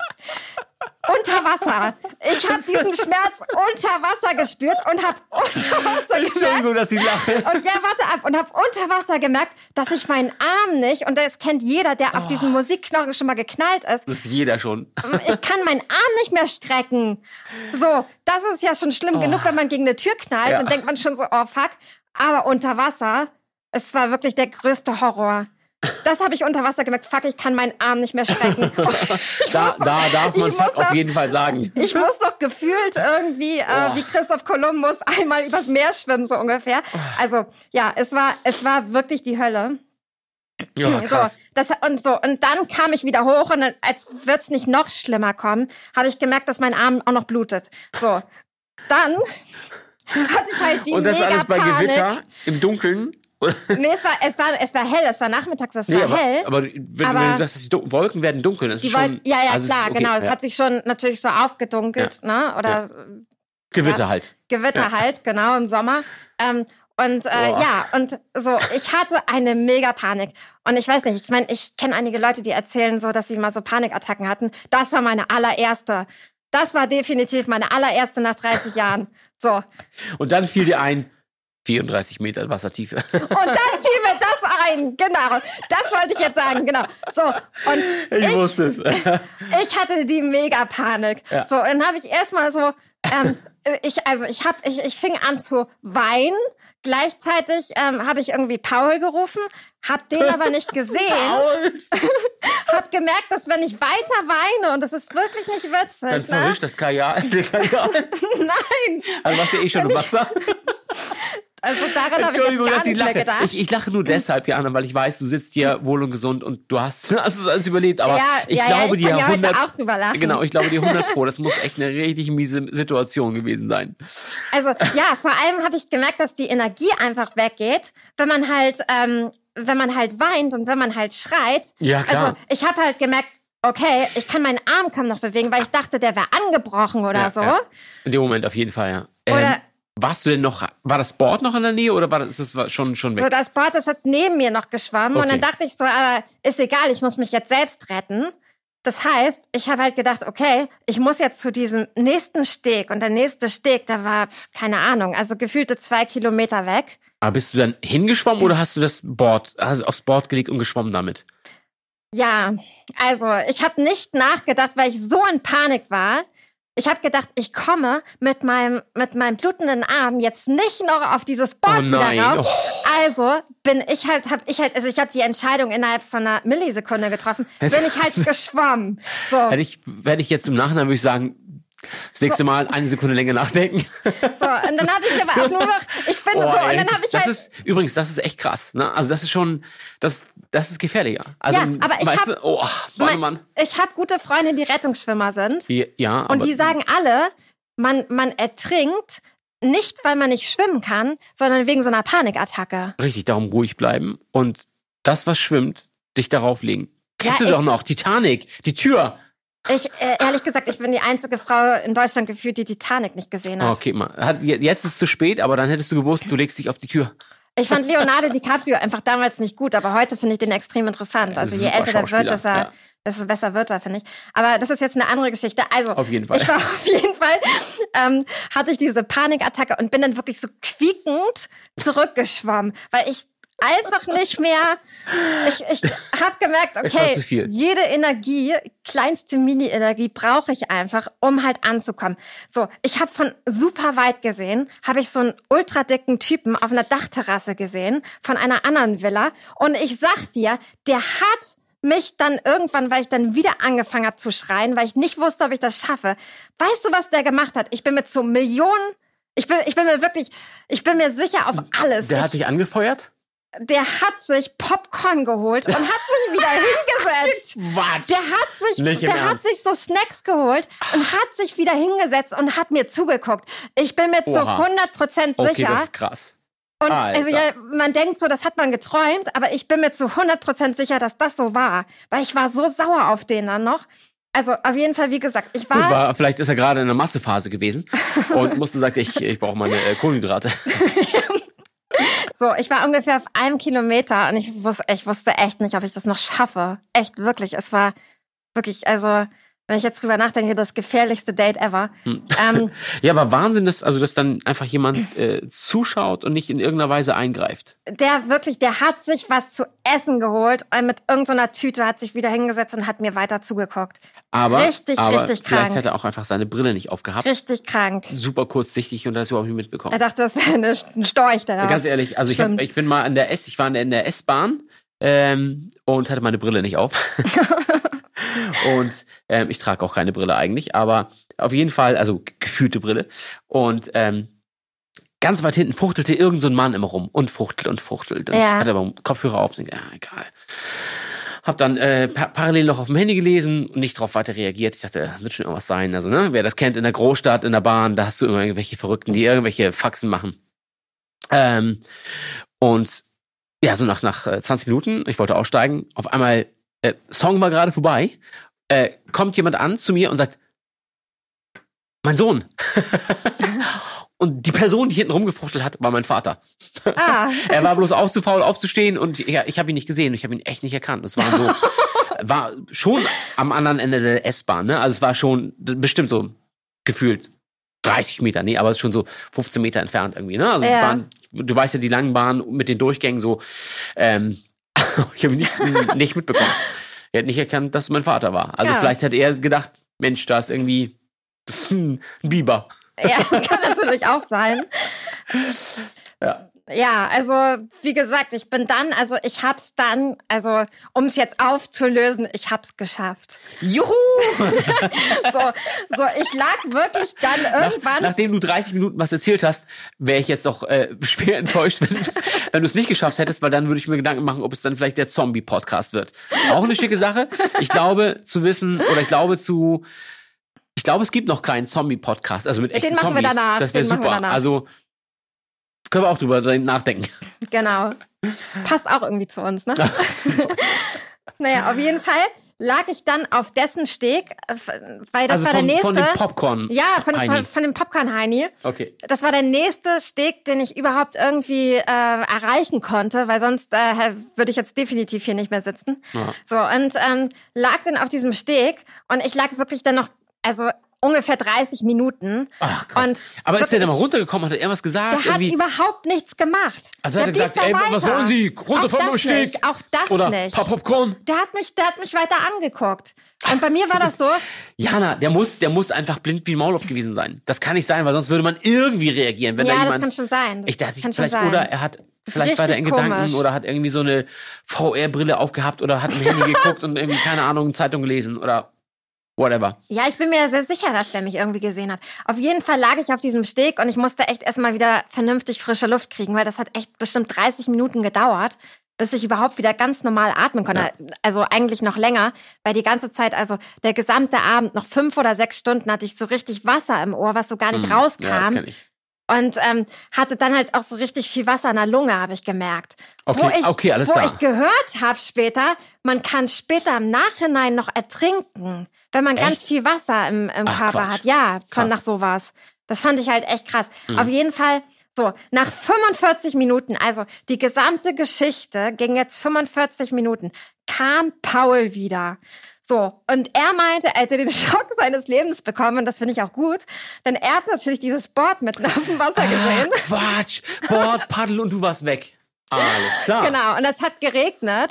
unter Wasser. Ich habe diesen Schmerz unter Wasser gespürt und habe unter Wasser gemerkt. Entschuldigung, dass ich lache. Und ja, warte ab. Und habe unter Wasser gemerkt, dass ich meinen Arm nicht, und das kennt jeder, der auf diesem Musikknochen schon mal geknallt ist, Das ist jeder schon. ich kann meinen Arm nicht mehr strecken. So, das ist ja schon schlimm genug, wenn man gegen eine Tür knallt, Ja. dann denkt man schon so, oh fuck. Aber unter Wasser, es war wirklich der größte Horror. Das habe ich unter Wasser gemerkt. Fuck, ich kann meinen Arm nicht mehr strecken. Da, da darf man ich fuck muss auf doch- jeden Fall sagen. Ich muss doch gefühlt irgendwie äh, Oh. wie Christoph Kolumbus einmal übers Meer schwimmen, so ungefähr. Also, ja, es war, es war wirklich die Hölle. Ja, krass. So, das, und so, und dann kam ich wieder hoch und dann, als wird's nicht noch schlimmer kommen, habe ich gemerkt, dass mein Arm auch noch blutet. So, dann hatte ich halt die Und das mega alles bei Panik. Gewitter im Dunkeln? Oder? Nee, es war, es war, es war hell, es war nachmittags, es Nee, war aber, hell. aber wenn, aber- wenn du sagst, dass die Dun- Wolken werden dunkel, das ist die schon... wollten, ja, ja, also es klar, ist okay, genau. Es ja. hat sich schon natürlich so aufgedunkelt, ne? Oder Gewitter ja. halt. Gewitter halt, genau, im Sommer. Ähm, und äh, Boah. ja, und so, ich hatte eine mega Panik. Und ich weiß nicht, ich meine, ich kenne einige Leute, die erzählen so, dass sie mal so Panikattacken hatten. Das war meine allererste. Das war definitiv meine allererste nach dreißig Jahren. So. Und dann fiel dir ein, vierunddreißig Meter Wassertiefe. Und dann fiel mir das ein. Genau. Das wollte ich jetzt sagen. Genau. So. Und Ich, ich, wusste es. ich hatte die Mega-Panik. Ja. So, und dann habe ich erstmal so, ähm, ich, also ich hab, ich, ich fing an zu weinen. Gleichzeitig ähm, habe ich irgendwie Paul gerufen, hab den aber nicht gesehen. Hab gemerkt, dass wenn ich weiter weine, und das ist wirklich nicht witzig, Dann ne? verwischt das Kajal. Kajal. Nein. Also warst du eh schon im Wasser. Also daran habe ich jetzt Entschuldigung, gar dass ich nicht mehr lache. gedacht. Ich, ich lache nur deshalb, Jana, weil ich weiß, du sitzt hier wohl und gesund und du hast, hast es alles überlebt. Aber ja, ich ja, glaube, ja, ich kann die ja heute hundert auch drüber lachen. Genau, ich glaube, die hundert Pro, das muss echt eine richtig miese Situation gewesen sein. Also ja, vor allem habe ich gemerkt, dass die Energie einfach weggeht, wenn man halt, ähm, wenn man halt weint und wenn man halt schreit. Ja, klar. Also ich habe halt gemerkt, okay, ich kann meinen Arm kaum noch bewegen, weil ich dachte, der wäre angebrochen oder Ja, so. ja. In dem Moment auf jeden Fall, ja. Ähm, Oder- warst du denn noch, war das Board noch in der Nähe oder war das, ist das schon, schon weg? So, das Board, das hat neben mir noch geschwommen. Und Okay. dann dachte ich so, aber ist egal, ich muss mich jetzt selbst retten. Das heißt, ich habe halt gedacht, okay, ich muss jetzt zu diesem nächsten Steg. Und der nächste Steg, der war, pf, keine Ahnung, also gefühlte zwei Kilometer weg. Aber bist du dann hingeschwommen oder hast du das Board, also aufs Board gelegt und geschwommen damit? Ja, also ich habe nicht nachgedacht, weil ich so in Panik war. Ich habe gedacht, ich komme mit meinem mit meinem blutenden Arm jetzt nicht noch auf dieses Board Oh nein. wieder rauf. Oh. Also bin ich halt, habe ich halt, also ich habe die Entscheidung innerhalb von einer Millisekunde getroffen. Bin ich halt geschwommen. So, Hätte ich, hätte ich jetzt im Nachhinein, würde ich sagen, das nächste Mal eine Sekunde länger nachdenken. so und dann habe ich aber auch nur noch, ich bin Oh, so ey, und dann habe ich das halt. ist, übrigens, das ist echt krass, ne? Also das ist schon, das, das ist gefährlicher. Also, Ja, aber ich weißt hab- du, oh, Mann, mein, Mann. Ich habe gute Freunde, die Rettungsschwimmer sind. Ja, Und aber, die sagen alle, man, man ertrinkt nicht, weil man nicht schwimmen kann, sondern wegen so einer Panikattacke. Richtig, darum ruhig bleiben und das, was schwimmt, dich darauf legen. Kennst Ja, du doch ich- noch, Titanic, die Tür. Ich, äh, ehrlich gesagt, ich bin die einzige Frau in Deutschland gefühlt, die Titanic nicht gesehen hat. Okay, mal. Hat, jetzt ist es zu spät, aber dann hättest du gewusst, du legst dich auf die Tür. Ich fand Leonardo DiCaprio einfach damals nicht gut, aber heute finde ich den extrem interessant. Also je Super älter der wird, Schauspieler, desto, ja. desto besser wird er, finde ich. Aber das ist jetzt eine andere Geschichte. Also, Auf jeden Fall. ich war auf jeden Fall, ähm, hatte ich diese Panikattacke und bin dann wirklich so quiekend zurückgeschwommen, weil ich einfach nicht mehr, ich, ich habe gemerkt, Es war okay, zu viel. jede Energie, kleinste Mini-Energie brauche ich einfach, um halt anzukommen. So, ich habe von super weit gesehen, habe ich so einen ultra dicken Typen auf einer Dachterrasse gesehen, von einer anderen Villa. Und ich sag dir, der hat mich dann irgendwann, weil ich dann wieder angefangen habe zu schreien, weil ich nicht wusste, ob ich das schaffe. Weißt du, was der gemacht hat? Ich bin mit so Millionen, ich bin, ich bin mir wirklich, ich bin mir sicher auf alles. Der ich, hat dich angefeuert? der hat sich Popcorn geholt und hat sich wieder hingesetzt. Was? Der hat sich, Nicht im der hat Ernst. sich so Snacks geholt und hat sich wieder hingesetzt und hat mir zugeguckt. Ich bin mir zu Oha. hundert Prozent Okay, sicher. das ist krass. Und Alter. also ja, man denkt so, das hat man geträumt, aber ich bin mir zu hundert Prozent sicher, dass das so war. Weil ich war so sauer auf den dann noch. Also auf jeden Fall, wie gesagt, ich war... Gut, war, vielleicht ist er gerade in einer Massephase gewesen und musste sagen, ich, ich brauche meine äh, Kohlenhydrate. So, ich war ungefähr auf einem Kilometer und ich wusste, ich wusste echt nicht, ob ich das noch schaffe. Echt, wirklich. Es war wirklich, also, wenn ich jetzt drüber nachdenke, das gefährlichste Date ever. Hm. Ähm, Ja, aber Wahnsinn ist, also dass dann einfach jemand äh, zuschaut und nicht in irgendeiner Weise eingreift. der wirklich, der hat sich was zu essen geholt und mit irgendeiner Tüte hat sich wieder hingesetzt und hat mir weiter zugeguckt. Aber, richtig, aber richtig vielleicht krank. hat er auch einfach seine Brille nicht aufgehabt. Richtig krank. Super kurzsichtig und das überhaupt nicht mitbekommen. Er dachte, das wäre eine- ein Storch, der da Ganz ehrlich, also ich, hab, schwimmt. ich bin mal in der S, ich war in der S-Bahn ähm, und hatte meine Brille nicht auf. Und ähm, ich trage auch keine Brille eigentlich, aber auf jeden Fall, also g- gefühlte Brille. Und ähm, ganz weit hinten fuchtelte irgend so ein Mann immer rum und fuchtelt und fuchtelt. Und Ja. ich hatte aber Kopfhörer auf und denke, ja, egal. Hab dann äh, pa parallel noch auf dem Handy gelesen und nicht drauf weiter reagiert. Ich dachte, das wird schon irgendwas sein. Also, ne, wer das kennt, in der Großstadt, in der Bahn, da hast du immer irgendwelche Verrückten, die irgendwelche Faxen machen. Ähm, und ja, so nach, nach äh, zwanzig Minuten, ich wollte aussteigen, auf einmal, äh, Song war gerade vorbei, äh, kommt jemand an zu mir und sagt, mein Sohn. Und die Person, die hinten rumgefuchtelt hat, war mein Vater. Ah, Er war bloß auch zu faul aufzustehen und ja, ich habe ihn nicht gesehen. Ich habe ihn echt nicht erkannt. Das war so, war schon am anderen Ende der S-Bahn, ne? Also es war schon bestimmt so gefühlt dreißig Meter, nee, aber es ist schon so fünfzehn Meter entfernt irgendwie, ne? Also die Ja. Bahn, du weißt ja, die langen Bahnen mit den Durchgängen so, ähm, ich habe ihn nicht, nicht mitbekommen. Er hat nicht erkannt, dass es mein Vater war. Also Ja. vielleicht hat er gedacht, Mensch, da ist irgendwie, das ist ein Biber. ja, das kann natürlich auch sein. Ja. Ja, also wie gesagt, ich bin dann, also ich hab's dann, also um es jetzt aufzulösen, ich hab's geschafft. Juhu! So, so ich lag wirklich dann Nach, irgendwann. nachdem du dreißig Minuten was erzählt hast, wäre ich jetzt doch äh, schwer enttäuscht, wenn, wenn du es nicht geschafft hättest, weil dann würde ich mir Gedanken machen, ob es dann vielleicht der Zombie-Podcast wird. Auch eine schicke Sache. Ich glaube zu wissen, oder ich glaube zu, ich glaube, es gibt noch keinen Zombie-Podcast, also mit Den echten machen wir Zombies. danach, Das wäre den machen wir super. danach. Also können wir auch drüber nachdenken. Genau. Passt auch irgendwie zu uns, ne? Naja, auf jeden Fall lag ich dann auf dessen Steg, äh, weil das Also war von, der nächste. von dem Popcorn. Ja, von, Heini. von, von dem Popcorn-Heini. Okay. Das war der nächste Steg, den ich überhaupt irgendwie äh, erreichen konnte, weil sonst äh, würde ich jetzt definitiv hier nicht mehr sitzen. Ja. So, und ähm, lag dann auf diesem Steg und ich lag wirklich dann noch, also ungefähr dreißig Minuten. Ach, krass. Und Aber ist der denn mal wirklich, runtergekommen? Hat er irgendwas gesagt? Der hat Irgendwie? überhaupt nichts gemacht. Also hat Der er gesagt, blieb ey, da was weiter. wollen Sie? Runter Auch von meinem das Steg. nicht, auch das Oder nicht. paar Popcorn? Der hat mich, der hat mich weiter angeguckt. Und bei mir war das so, Jana, der muss, der muss einfach blind wie ein Maulwurf gewesen sein. Das kann nicht sein, weil sonst würde man irgendwie reagieren, wenn da ja, das jemand. kann schon sein. Das ich dachte, kann ich, schon vielleicht, sein. oder er hat, ist vielleicht war der in richtig Gedanken komisch. oder hat irgendwie so eine V R-Brille aufgehabt oder hat im Handy geguckt und irgendwie, keine Ahnung, Zeitung gelesen oder whatever. Ja, ich bin mir sehr sicher, dass der mich irgendwie gesehen hat. Auf jeden Fall lag ich auf diesem Steg und ich musste echt erstmal wieder vernünftig frische Luft kriegen, weil das hat echt bestimmt dreißig Minuten gedauert, bis ich überhaupt wieder ganz normal atmen konnte. Ja. Also eigentlich noch länger, weil die ganze Zeit, also der gesamte Abend, noch fünf oder sechs Stunden hatte ich so richtig Wasser im Ohr, was so gar nicht Hm, Ja, das rauskam. kenn ich. Und ähm, hatte dann halt auch so richtig viel Wasser in der Lunge, habe ich gemerkt. Okay, wo ich, okay, alles wo klar. ich gehört habe später, man kann später im Nachhinein noch ertrinken, wenn man Echt? ganz viel Wasser im, im Ach, Körper Quatsch. hat. Ja, von Krass. nach sowas. Das fand ich halt echt krass. Mhm. Auf jeden Fall, so, nach fünfundvierzig Minuten, also die gesamte Geschichte ging jetzt fünfundvierzig Minuten, kam Paul wieder. So, und er meinte, er hätte den Schock seines Lebens bekommen, und das finde ich auch gut, denn er hat natürlich dieses Board mitten auf dem Wasser gesehen. Ah, Quatsch, Board, Paddel und du warst weg. Alles klar. Genau, und es hat geregnet.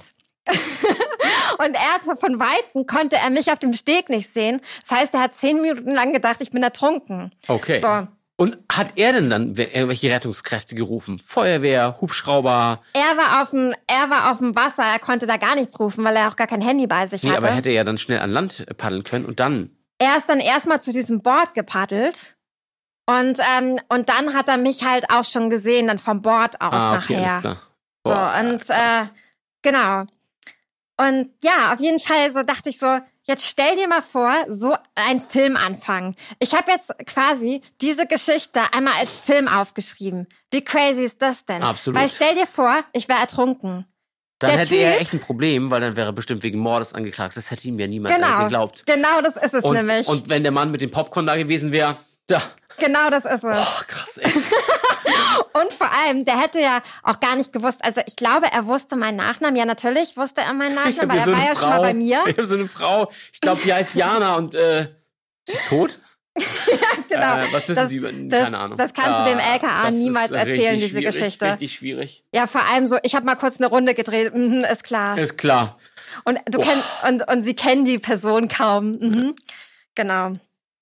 Und er hatte von Weitem, konnte er mich auf dem Steg nicht sehen. Das heißt, er hat zehn Minuten lang gedacht, ich bin ertrunken. Okay. So. Und hat er denn dann irgendwelche Rettungskräfte gerufen? Feuerwehr, Hubschrauber? Er war auf dem, er war auf dem Wasser, er konnte da gar nichts rufen, weil er auch gar kein Handy bei sich Nee, hatte. aber er hätte ja dann schnell an Land paddeln können und dann... Er ist dann erstmal zu diesem Board gepaddelt. Und, ähm, und dann hat er mich halt auch schon gesehen, dann vom Board aus Ah, okay, nachher. alles klar. So, Boah, und krass. äh, genau. Und ja, auf jeden Fall so dachte ich so, jetzt stell dir mal vor, so ein Film anfangen. Ich habe jetzt quasi diese Geschichte einmal als Film aufgeschrieben. Wie crazy ist das denn? Absolut. Weil stell dir vor, ich wäre ertrunken. Dann der hätte er Typ- echt ein Problem, weil dann wäre er bestimmt wegen Mordes angeklagt. Das hätte ihm ja niemand äh, Genau, geglaubt. genau das ist es Und, nämlich. und wenn der Mann mit dem Popcorn da gewesen wäre, ja, Genau das ist es. oh, krass, ey. Und vor allem, der hätte ja auch gar nicht gewusst, also ich glaube, er wusste meinen Nachnamen. Ja, natürlich wusste er meinen Ich Nachnamen, hab weil hier er so war eine ja Frau, schon mal bei mir. Ich habe so eine Frau, ich glaube, die heißt Jana und äh, sie ist tot? Genau. Äh, was wissen das, Sie über, das, keine Ahnung. Das kannst du dem L K A das niemals ist erzählen, richtig diese schwierig, Geschichte. Richtig schwierig. Ja, vor allem so, ich habe mal kurz eine Runde gedreht, mhm, ist klar. Ist klar. Und du kenn, und, und sie kennen die Person kaum. Mhm. Genau.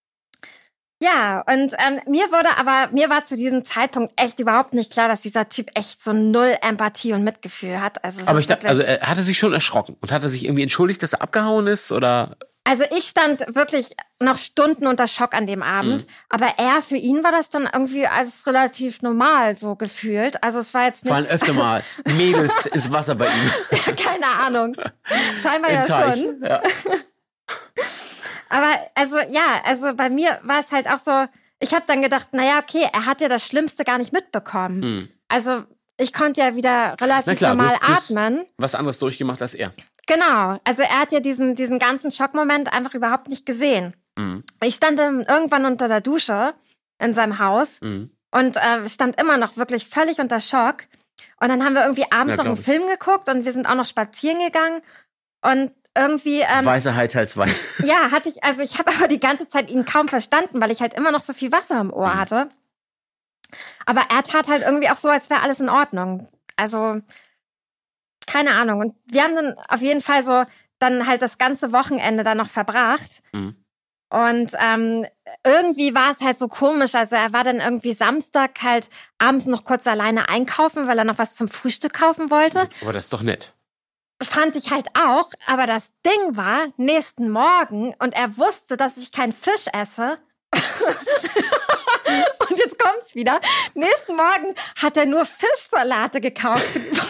Ja, und ähm, mir wurde aber, mir war zu diesem Zeitpunkt echt überhaupt nicht klar, dass dieser Typ echt so null Empathie und Mitgefühl hat. Also, es Aber ist ich dachte, wirklich- also er hatte sich schon erschrocken und hat er sich irgendwie entschuldigt, dass er abgehauen ist oder? Also ich stand wirklich noch Stunden unter Schock an dem Abend, Mhm. aber er, für ihn war das dann irgendwie als relativ normal so gefühlt. Also es war jetzt nicht, Fallen öfter mal Mädels ins Wasser bei ihm. keine Ahnung, scheinbar ja Im Teich. schon. Ja. Aber also ja, also bei mir war es halt auch so, ich habe dann gedacht, naja, okay, er hat ja das Schlimmste gar nicht mitbekommen. Mhm. Also ich konnte ja wieder Na relativ klar, du normal hast- du hast atmen. was anderes durchgemacht als er. Genau, also er hat ja diesen, diesen ganzen Schockmoment einfach überhaupt nicht gesehen. Mhm. Ich stand dann irgendwann unter der Dusche in seinem Haus Mhm. und äh, stand immer noch wirklich völlig unter Schock. Und dann haben wir irgendwie abends Ja, noch einen glaub ich. Film geguckt und wir sind auch noch spazieren gegangen. Und irgendwie, ähm, Weiße Hai Teil zwei. ja, hatte ich, also ich habe aber die ganze Zeit ihn kaum verstanden, weil ich halt immer noch so viel Wasser im Ohr Mhm. hatte. Aber er tat halt irgendwie auch so, als wäre alles in Ordnung. Also, keine Ahnung. Und wir haben dann auf jeden Fall so dann halt das ganze Wochenende dann noch verbracht. Mhm. Und ähm, irgendwie war es halt so komisch. Also er war dann irgendwie Samstag halt abends noch kurz alleine einkaufen, weil er noch was zum Frühstück kaufen wollte. Aber das ist doch nett. Fand ich halt auch. Aber das Ding war, nächsten Morgen, und er wusste, dass ich keinen Fisch esse. Und jetzt kommt's wieder. Nächsten Morgen hat er nur Fischsalate gekauft.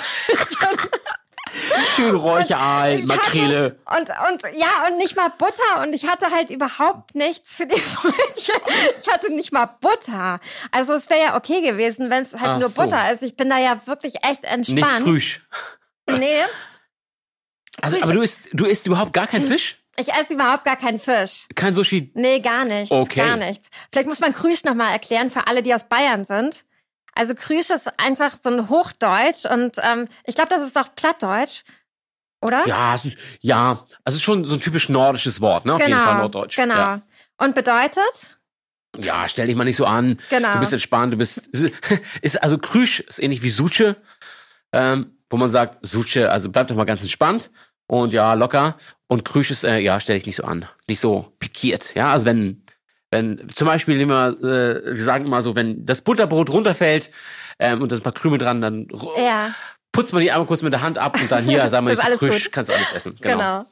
Schön Räucherei, Ich Makrele. Hatte, und, und ja, und nicht mal Butter. Und ich hatte halt überhaupt nichts für die Brötchen. Ich hatte nicht mal Butter. Also es wäre ja okay gewesen, wenn es halt Ach nur so. Butter ist. Ich bin da ja wirklich echt Nicht entspannt. Frühsch. Nee, Also, Frühsch- aber du isst, du isst überhaupt gar keinen Fisch? ich esse überhaupt gar keinen Fisch. Kein Sushi? Nee, gar nichts. Okay. Gar nichts. Vielleicht muss man Krüsch nochmal erklären für alle, die aus Bayern sind. Also Krüsch ist einfach so ein Hochdeutsch und ähm, ich glaube, das ist auch Plattdeutsch, oder? Ja, es ist, ja, also es ist schon so ein typisch nordisches Wort, ne? Auf genau, jeden Fall Norddeutsch. Genau. Ja. Und bedeutet? Ja, stell dich mal nicht so an. Genau. Du bist entspannt, du bist, ist, also Krüsch ist ähnlich wie Suche, ähm, wo man sagt, Suche, also bleib doch mal ganz entspannt und ja, locker. Und Krüsch ist, äh, ja, stell dich nicht so an, nicht so pikiert, ja, also wenn, wenn, zum Beispiel, nehmen wir, äh, wir sagen immer so, wenn das Butterbrot runterfällt, ähm, und da sind ein paar Krümel dran, dann ru- Ja, putzt man die einmal kurz mit der Hand ab und dann hier, sagen wir Ist nicht alles so Krüsch, gut. kannst du alles essen. Genau. genau.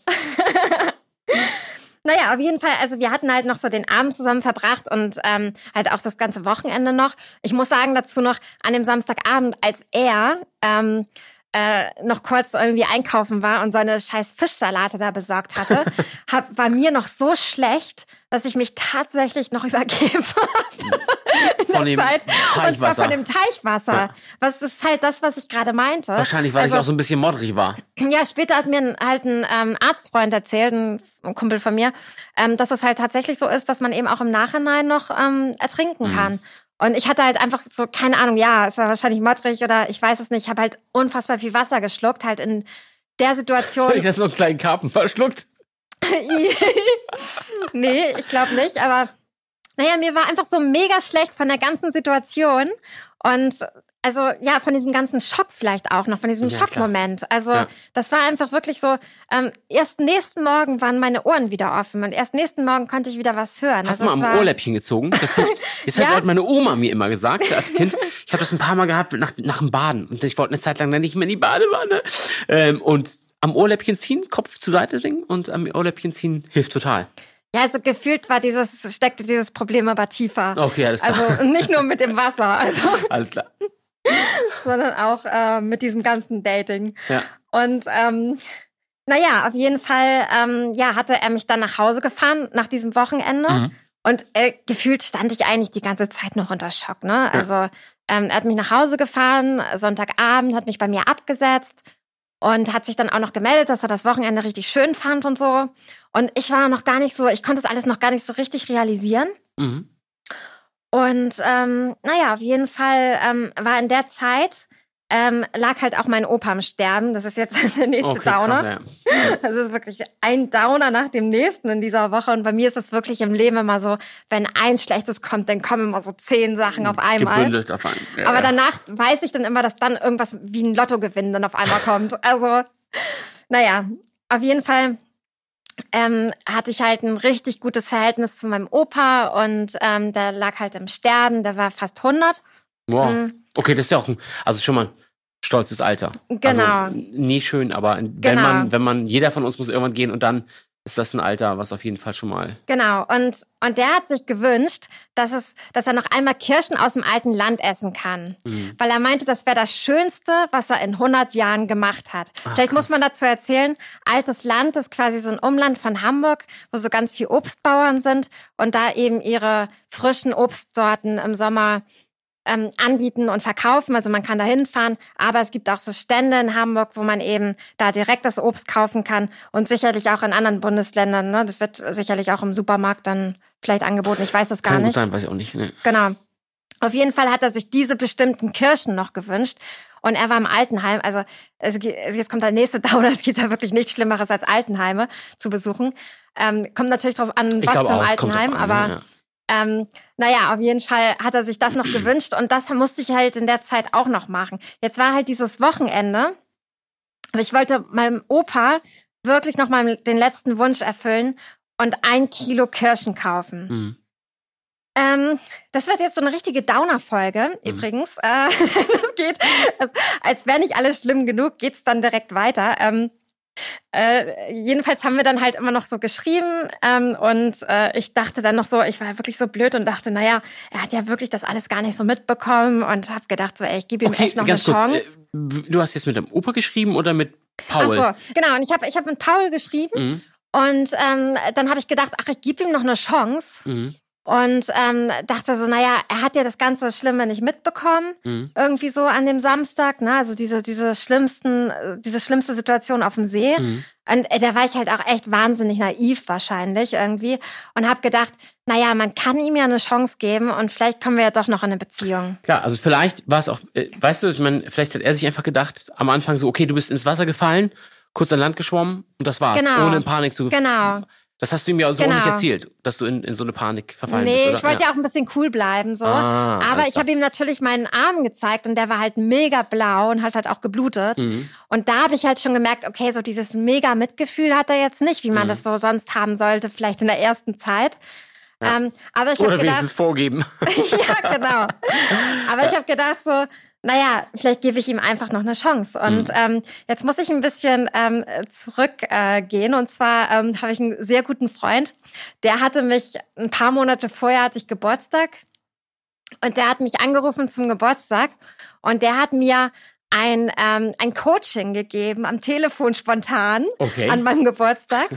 Naja, auf jeden Fall, also wir hatten halt noch so den Abend zusammen verbracht und ähm, halt auch das ganze Wochenende noch. Ich muss sagen dazu noch, an dem Samstagabend, als er ähm, äh, noch kurz irgendwie einkaufen war und so eine scheiß Fischsalate da besorgt hatte, hab, war mir noch so schlecht, dass ich mich tatsächlich noch übergeben habe in Von der dem Zeit. Und zwar Teichwasser. von dem Teichwasser. Ja. Was ist halt das, was ich gerade meinte. Wahrscheinlich, weil Also, ich auch so ein bisschen modderig war. ja, später hat mir ein, halt ein ähm, Arztfreund erzählt, ein, ein Kumpel von mir, ähm, dass es halt tatsächlich so ist, dass man eben auch im Nachhinein noch ähm, ertrinken Mhm. kann. Und ich hatte halt einfach so, keine Ahnung, ja, es war wahrscheinlich modrig oder ich weiß es nicht, ich habe halt unfassbar viel Wasser geschluckt, halt in der Situation. Ich hast noch einen kleinen Karpfen verschluckt. Nee, ich glaube nicht, aber naja, mir war einfach so mega schlecht von der ganzen Situation und also ja, von diesem ganzen Schock vielleicht auch noch, von diesem Ja, Schockmoment. Also Ja. das war einfach wirklich so, ähm, erst nächsten Morgen waren meine Ohren wieder offen und erst nächsten Morgen konnte ich wieder was hören. Hast also du es mal am war, Ohrläppchen gezogen? Das hilft. Das hat Ja. halt meine Oma mir immer gesagt, als Kind. Ich habe das ein paar Mal gehabt nach, nach dem Baden. Und ich wollte eine Zeit lang dann nicht mehr in die Badewanne. Ähm, und am Ohrläppchen ziehen, Kopf zur Seite bringen und am Ohrläppchen ziehen hilft total. ja, also gefühlt war dieses, steckte dieses Problem aber tiefer. Okay, alles klar. Also nicht nur mit dem Wasser, also, Alles klar. sondern auch äh, mit diesem ganzen Dating. Ja. Und ähm, naja, auf jeden Fall ähm, ja, hatte er mich dann nach Hause gefahren nach diesem Wochenende. Mhm. Und äh, gefühlt stand ich eigentlich die ganze Zeit noch unter Schock. Ne? Also ähm, er hat mich nach Hause gefahren, Sonntagabend, hat mich bei mir abgesetzt und hat sich dann auch noch gemeldet, dass er das Wochenende richtig schön fand und so. Und ich war noch gar nicht so, ich konnte das alles noch gar nicht so richtig realisieren. Mhm. Und ähm, naja, auf jeden Fall ähm, war in der Zeit, ähm, lag halt auch mein Opa am Sterben. Das ist jetzt der nächste Okay, Downer. krass, ja. Das ist wirklich ein Downer nach dem nächsten in dieser Woche. Und bei mir ist das wirklich im Leben immer so, wenn ein schlechtes kommt, dann kommen immer so zehn Sachen auf einmal. Gebündelt auf einen. Ja, Aber ja. danach weiß ich dann immer, dass dann irgendwas wie ein Lottogewinn dann auf einmal kommt. Also, naja, auf jeden Fall ähm, hatte ich halt ein richtig gutes Verhältnis zu meinem Opa und ähm, der lag halt im Sterben, der war fast hundert. Wow. Mhm. Okay, das ist ja auch ein, also schon mal ein stolzes Alter. Genau. Also, nie schön, aber wenn Genau. man, wenn man, jeder von uns muss irgendwann gehen und dann ist das ein Alter, was auf jeden Fall schon mal. Genau, und, und der hat sich gewünscht, dass es, dass er noch einmal Kirschen aus dem alten Land essen kann. Mhm. Weil er meinte, das wäre das Schönste, was er in hundert Jahren gemacht hat. Ach, Vielleicht muss krass. man dazu erzählen, altes Land ist quasi so ein Umland von Hamburg, wo so ganz viel Obstbauern sind und da eben ihre frischen Obstsorten im Sommer ähm, anbieten und verkaufen. Also man kann da hinfahren, aber es gibt auch so Stände in Hamburg, wo man eben da direkt das Obst kaufen kann und sicherlich auch in anderen Bundesländern. Ne? Das wird sicherlich auch im Supermarkt dann vielleicht angeboten. Ich weiß das gar Kann gut nicht. sein, weiß ich auch nicht. Ne. Genau. Auf jeden Fall hat er sich diese bestimmten Kirschen noch gewünscht. Und er war im Altenheim. Also es, gibt- jetzt kommt der nächste Downer. Es gibt da wirklich nichts Schlimmeres als Altenheime zu besuchen. Ähm, kommt natürlich drauf an, Ich was glaube für ein auch, es kommt drauf Altenheim. an, aber ja, ja. ähm, naja, auf jeden Fall hat er sich das noch gewünscht. Und das musste ich halt in der Zeit auch noch machen. Jetzt war halt dieses Wochenende. Aber ich wollte meinem Opa wirklich noch mal den letzten Wunsch erfüllen und ein Kilo Kirschen kaufen. Mhm. Ähm, das wird jetzt so eine richtige Downer-Folge, übrigens. Äh, das geht, als, als wäre nicht alles schlimm genug, geht's dann direkt weiter. Ähm, äh, jedenfalls haben wir dann halt immer noch so geschrieben ähm, und äh, ich dachte dann noch so, ich war wirklich so blöd und dachte, naja, er hat ja wirklich das alles gar nicht so mitbekommen und habe gedacht so, ey, ich gebe ihm Okay, echt noch eine ganz kurz. Chance. Äh, du hast jetzt mit dem Opa geschrieben oder mit Paul? Ach so, genau. Und ich habe ich hab mit Paul geschrieben Mhm. und ähm, dann habe ich gedacht, ach, ich gebe ihm noch eine Chance. Mhm. Und ähm, dachte so, naja, er hat ja das ganze Schlimme nicht mitbekommen, Mhm. irgendwie so an dem Samstag, ne? Also diese diese schlimmsten, äh, diese schlimmste Situation auf dem See. Mhm. Und äh, da war ich halt auch echt wahnsinnig naiv wahrscheinlich irgendwie und habe gedacht, naja, man kann ihm ja eine Chance geben und vielleicht kommen wir ja doch noch in eine Beziehung. Klar, also vielleicht war es auch, äh, weißt du, ich meine, vielleicht hat er sich einfach gedacht, am Anfang so, okay, du bist ins Wasser gefallen, kurz an Land geschwommen und das war's, Genau. ohne in Panik zu Genau. Das hast du ihm ja so Genau. nicht erzählt, dass du in, in so eine Panik verfallen Nee, bist, oder? ich wollte ja auch ein bisschen cool bleiben so. Ah, Aber alles ich habe ihm natürlich meinen Arm gezeigt und der war halt mega blau und hat halt auch geblutet. Mhm. Und da habe ich halt schon gemerkt, okay, so dieses mega Mitgefühl hat er jetzt nicht, wie man Mhm. das so sonst haben sollte, vielleicht in der ersten Zeit. Ähm, aber ich habe Oder gedacht, wenigstens vorgeben. ja, genau. Aber ich habe gedacht so, naja, vielleicht gebe ich ihm einfach noch eine Chance. Und Mhm. ähm, jetzt muss ich ein bisschen ähm, zurückgehen. Äh, gehen. und zwar ähm, habe ich einen sehr guten Freund, der hatte mich, ein paar Monate vorher hatte ich Geburtstag. Und der hat mich angerufen zum Geburtstag. Und der hat mir ein, ähm, ein Coaching gegeben am Telefon spontan Okay. an meinem Geburtstag.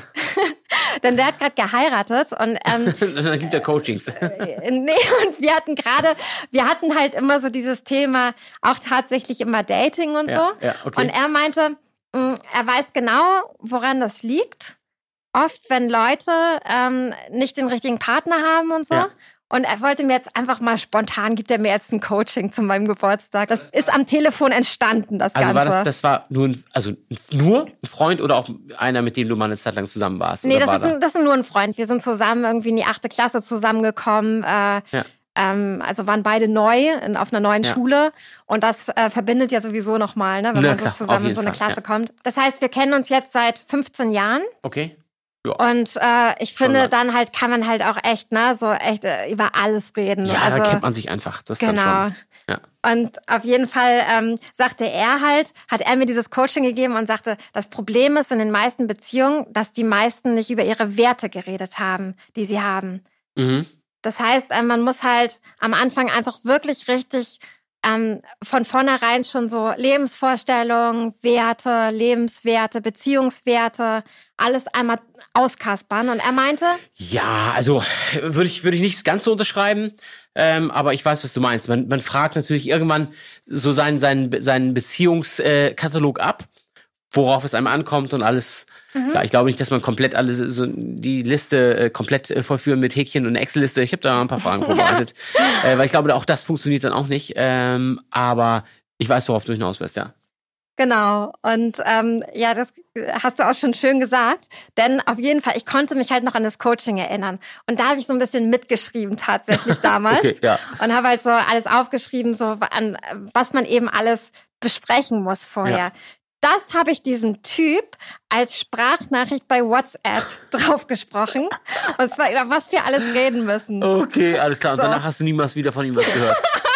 Denn der hat gerade geheiratet und ähm, Dann gibt er Coachings. äh, nee, und wir hatten gerade, wir hatten halt immer so dieses Thema, auch tatsächlich immer Dating und Ja, so. ja, okay. Und er meinte, mh, er weiß genau, woran das liegt. Oft, wenn Leute ähm, nicht den richtigen Partner haben und so. Ja. Und er wollte mir jetzt einfach mal spontan, gibt er mir jetzt ein Coaching zu meinem Geburtstag. Das ist am Telefon entstanden, das Also Ganze. war das, das war nur ein, also nur ein Freund oder auch einer, mit dem du mal eine Zeit lang zusammen warst? Nee, oder das war ist, ein, das ist nur ein Freund. Wir sind zusammen irgendwie in die achte Klasse zusammengekommen. Äh, Ja. ähm, also waren beide neu in, auf einer neuen Ja. Schule. Und das äh, verbindet ja sowieso nochmal, ne, wenn Na man klar, so auf zusammen in jeden so eine Fall, Klasse ja. kommt. Das heißt, wir kennen uns jetzt seit fünfzehn Jahren. Okay. Ja. Und äh, ich Schon finde, lang. dann halt kann man halt auch echt, ne, so echt äh, über alles reden. Ja, also, da kennt man sich einfach. Das ist genau. dann schon. Ja. Und auf jeden Fall ähm, sagte er halt, hat er mir dieses Coaching gegeben und sagte, das Problem ist in den meisten Beziehungen, dass die meisten nicht über ihre Werte geredet haben, die sie haben. Mhm. Das heißt, äh, man muss halt am Anfang einfach wirklich richtig ähm, von vornherein schon so Lebensvorstellungen, Werte, Lebenswerte, Beziehungswerte, alles einmal auskaspern. Und er meinte, Ja, also würde ich würde ich nicht ganz so unterschreiben, ähm, aber ich weiß, was du meinst. Man, man fragt natürlich irgendwann so seinen seinen seinen Beziehungskatalog ab, worauf es einem ankommt und alles. Klar, ich glaube nicht, dass man komplett alles so die Liste äh, komplett äh, vollführen mit Häkchen und eine Excel-Liste. Ich habe da ein paar Fragen vorbereitet, äh, weil ich glaube, auch das funktioniert dann auch nicht. Ähm, aber ich weiß, worauf du hinaus willst, ja. genau. Und ähm, ja, das hast du auch schon schön gesagt. Denn auf jeden Fall, ich konnte mich halt noch an das Coaching erinnern. Und da habe ich so ein bisschen mitgeschrieben tatsächlich damals. Okay, ja. Und habe halt so alles aufgeschrieben, so an was man eben alles besprechen muss vorher. Ja. Das habe ich diesem Typ als Sprachnachricht bei WhatsApp draufgesprochen. Und zwar über was wir alles reden müssen. Okay, alles klar. Und So. danach hast du niemals wieder von ihm was gehört.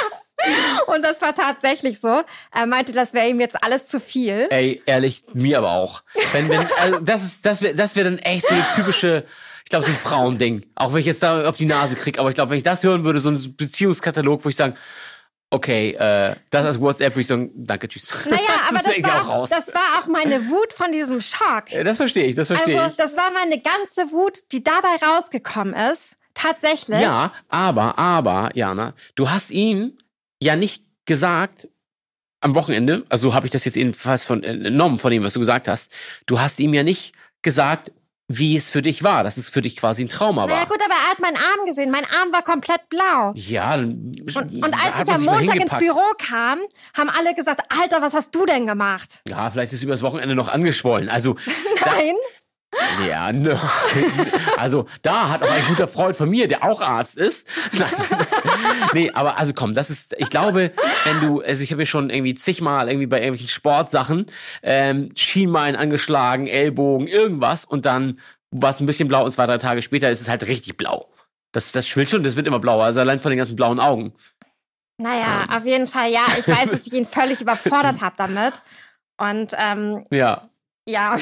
Und das war tatsächlich so. Er meinte, das wäre ihm jetzt alles zu viel. Ey, ehrlich, mir aber auch. Wenn, wenn, also das ist, das wäre, das wäre dann echt so eine typische, ich glaube, so ein Frauending. Auch wenn ich jetzt da auf die Nase krieg, aber ich glaube, wenn ich das hören würde, so ein Beziehungskatalog, wo ich sagen, okay, äh, das als WhatsApp, würde ich sagen, danke, tschüss. Naja, aber das, wär ich war auch auch, raus. das war auch meine Wut von diesem Schock. Äh, Das verstehe ich, das verstehe Also ich. das war meine ganze Wut, die dabei rausgekommen ist. Tatsächlich. Ja, aber, aber, Jana, du hast ihm ja nicht gesagt, am Wochenende, also so habe ich das jetzt jedenfalls von, äh, entnommen von dem, was du gesagt hast, du hast ihm ja nicht gesagt, wie es für dich war, dass es für dich quasi ein Trauma Naja war. gut, aber er hat meinen Arm gesehen. Mein Arm war komplett blau. Ja, dann Und, und als ich am Montag ins Büro kam, haben alle gesagt, Alter, was hast du denn gemacht? Ja, vielleicht ist übers Wochenende noch angeschwollen. Also, Nein. da, ja, ne. Also, da hat auch ein guter Freund von mir, der auch Arzt ist. Nein. Nee, aber also komm, das ist, ich glaube, wenn du, also ich habe ja schon irgendwie zigmal irgendwie bei irgendwelchen Sportsachen ähm, Schienbein angeschlagen, Ellbogen, irgendwas und dann war es ein bisschen blau und zwei, drei Tage später ist es halt richtig blau. Das, das schwillt schon, das wird immer blauer, also allein von den ganzen blauen Augen. Naja, auf jeden Fall, ja. Ich weiß, dass ich ihn völlig überfordert habe damit. Und ähm, Ja, ja,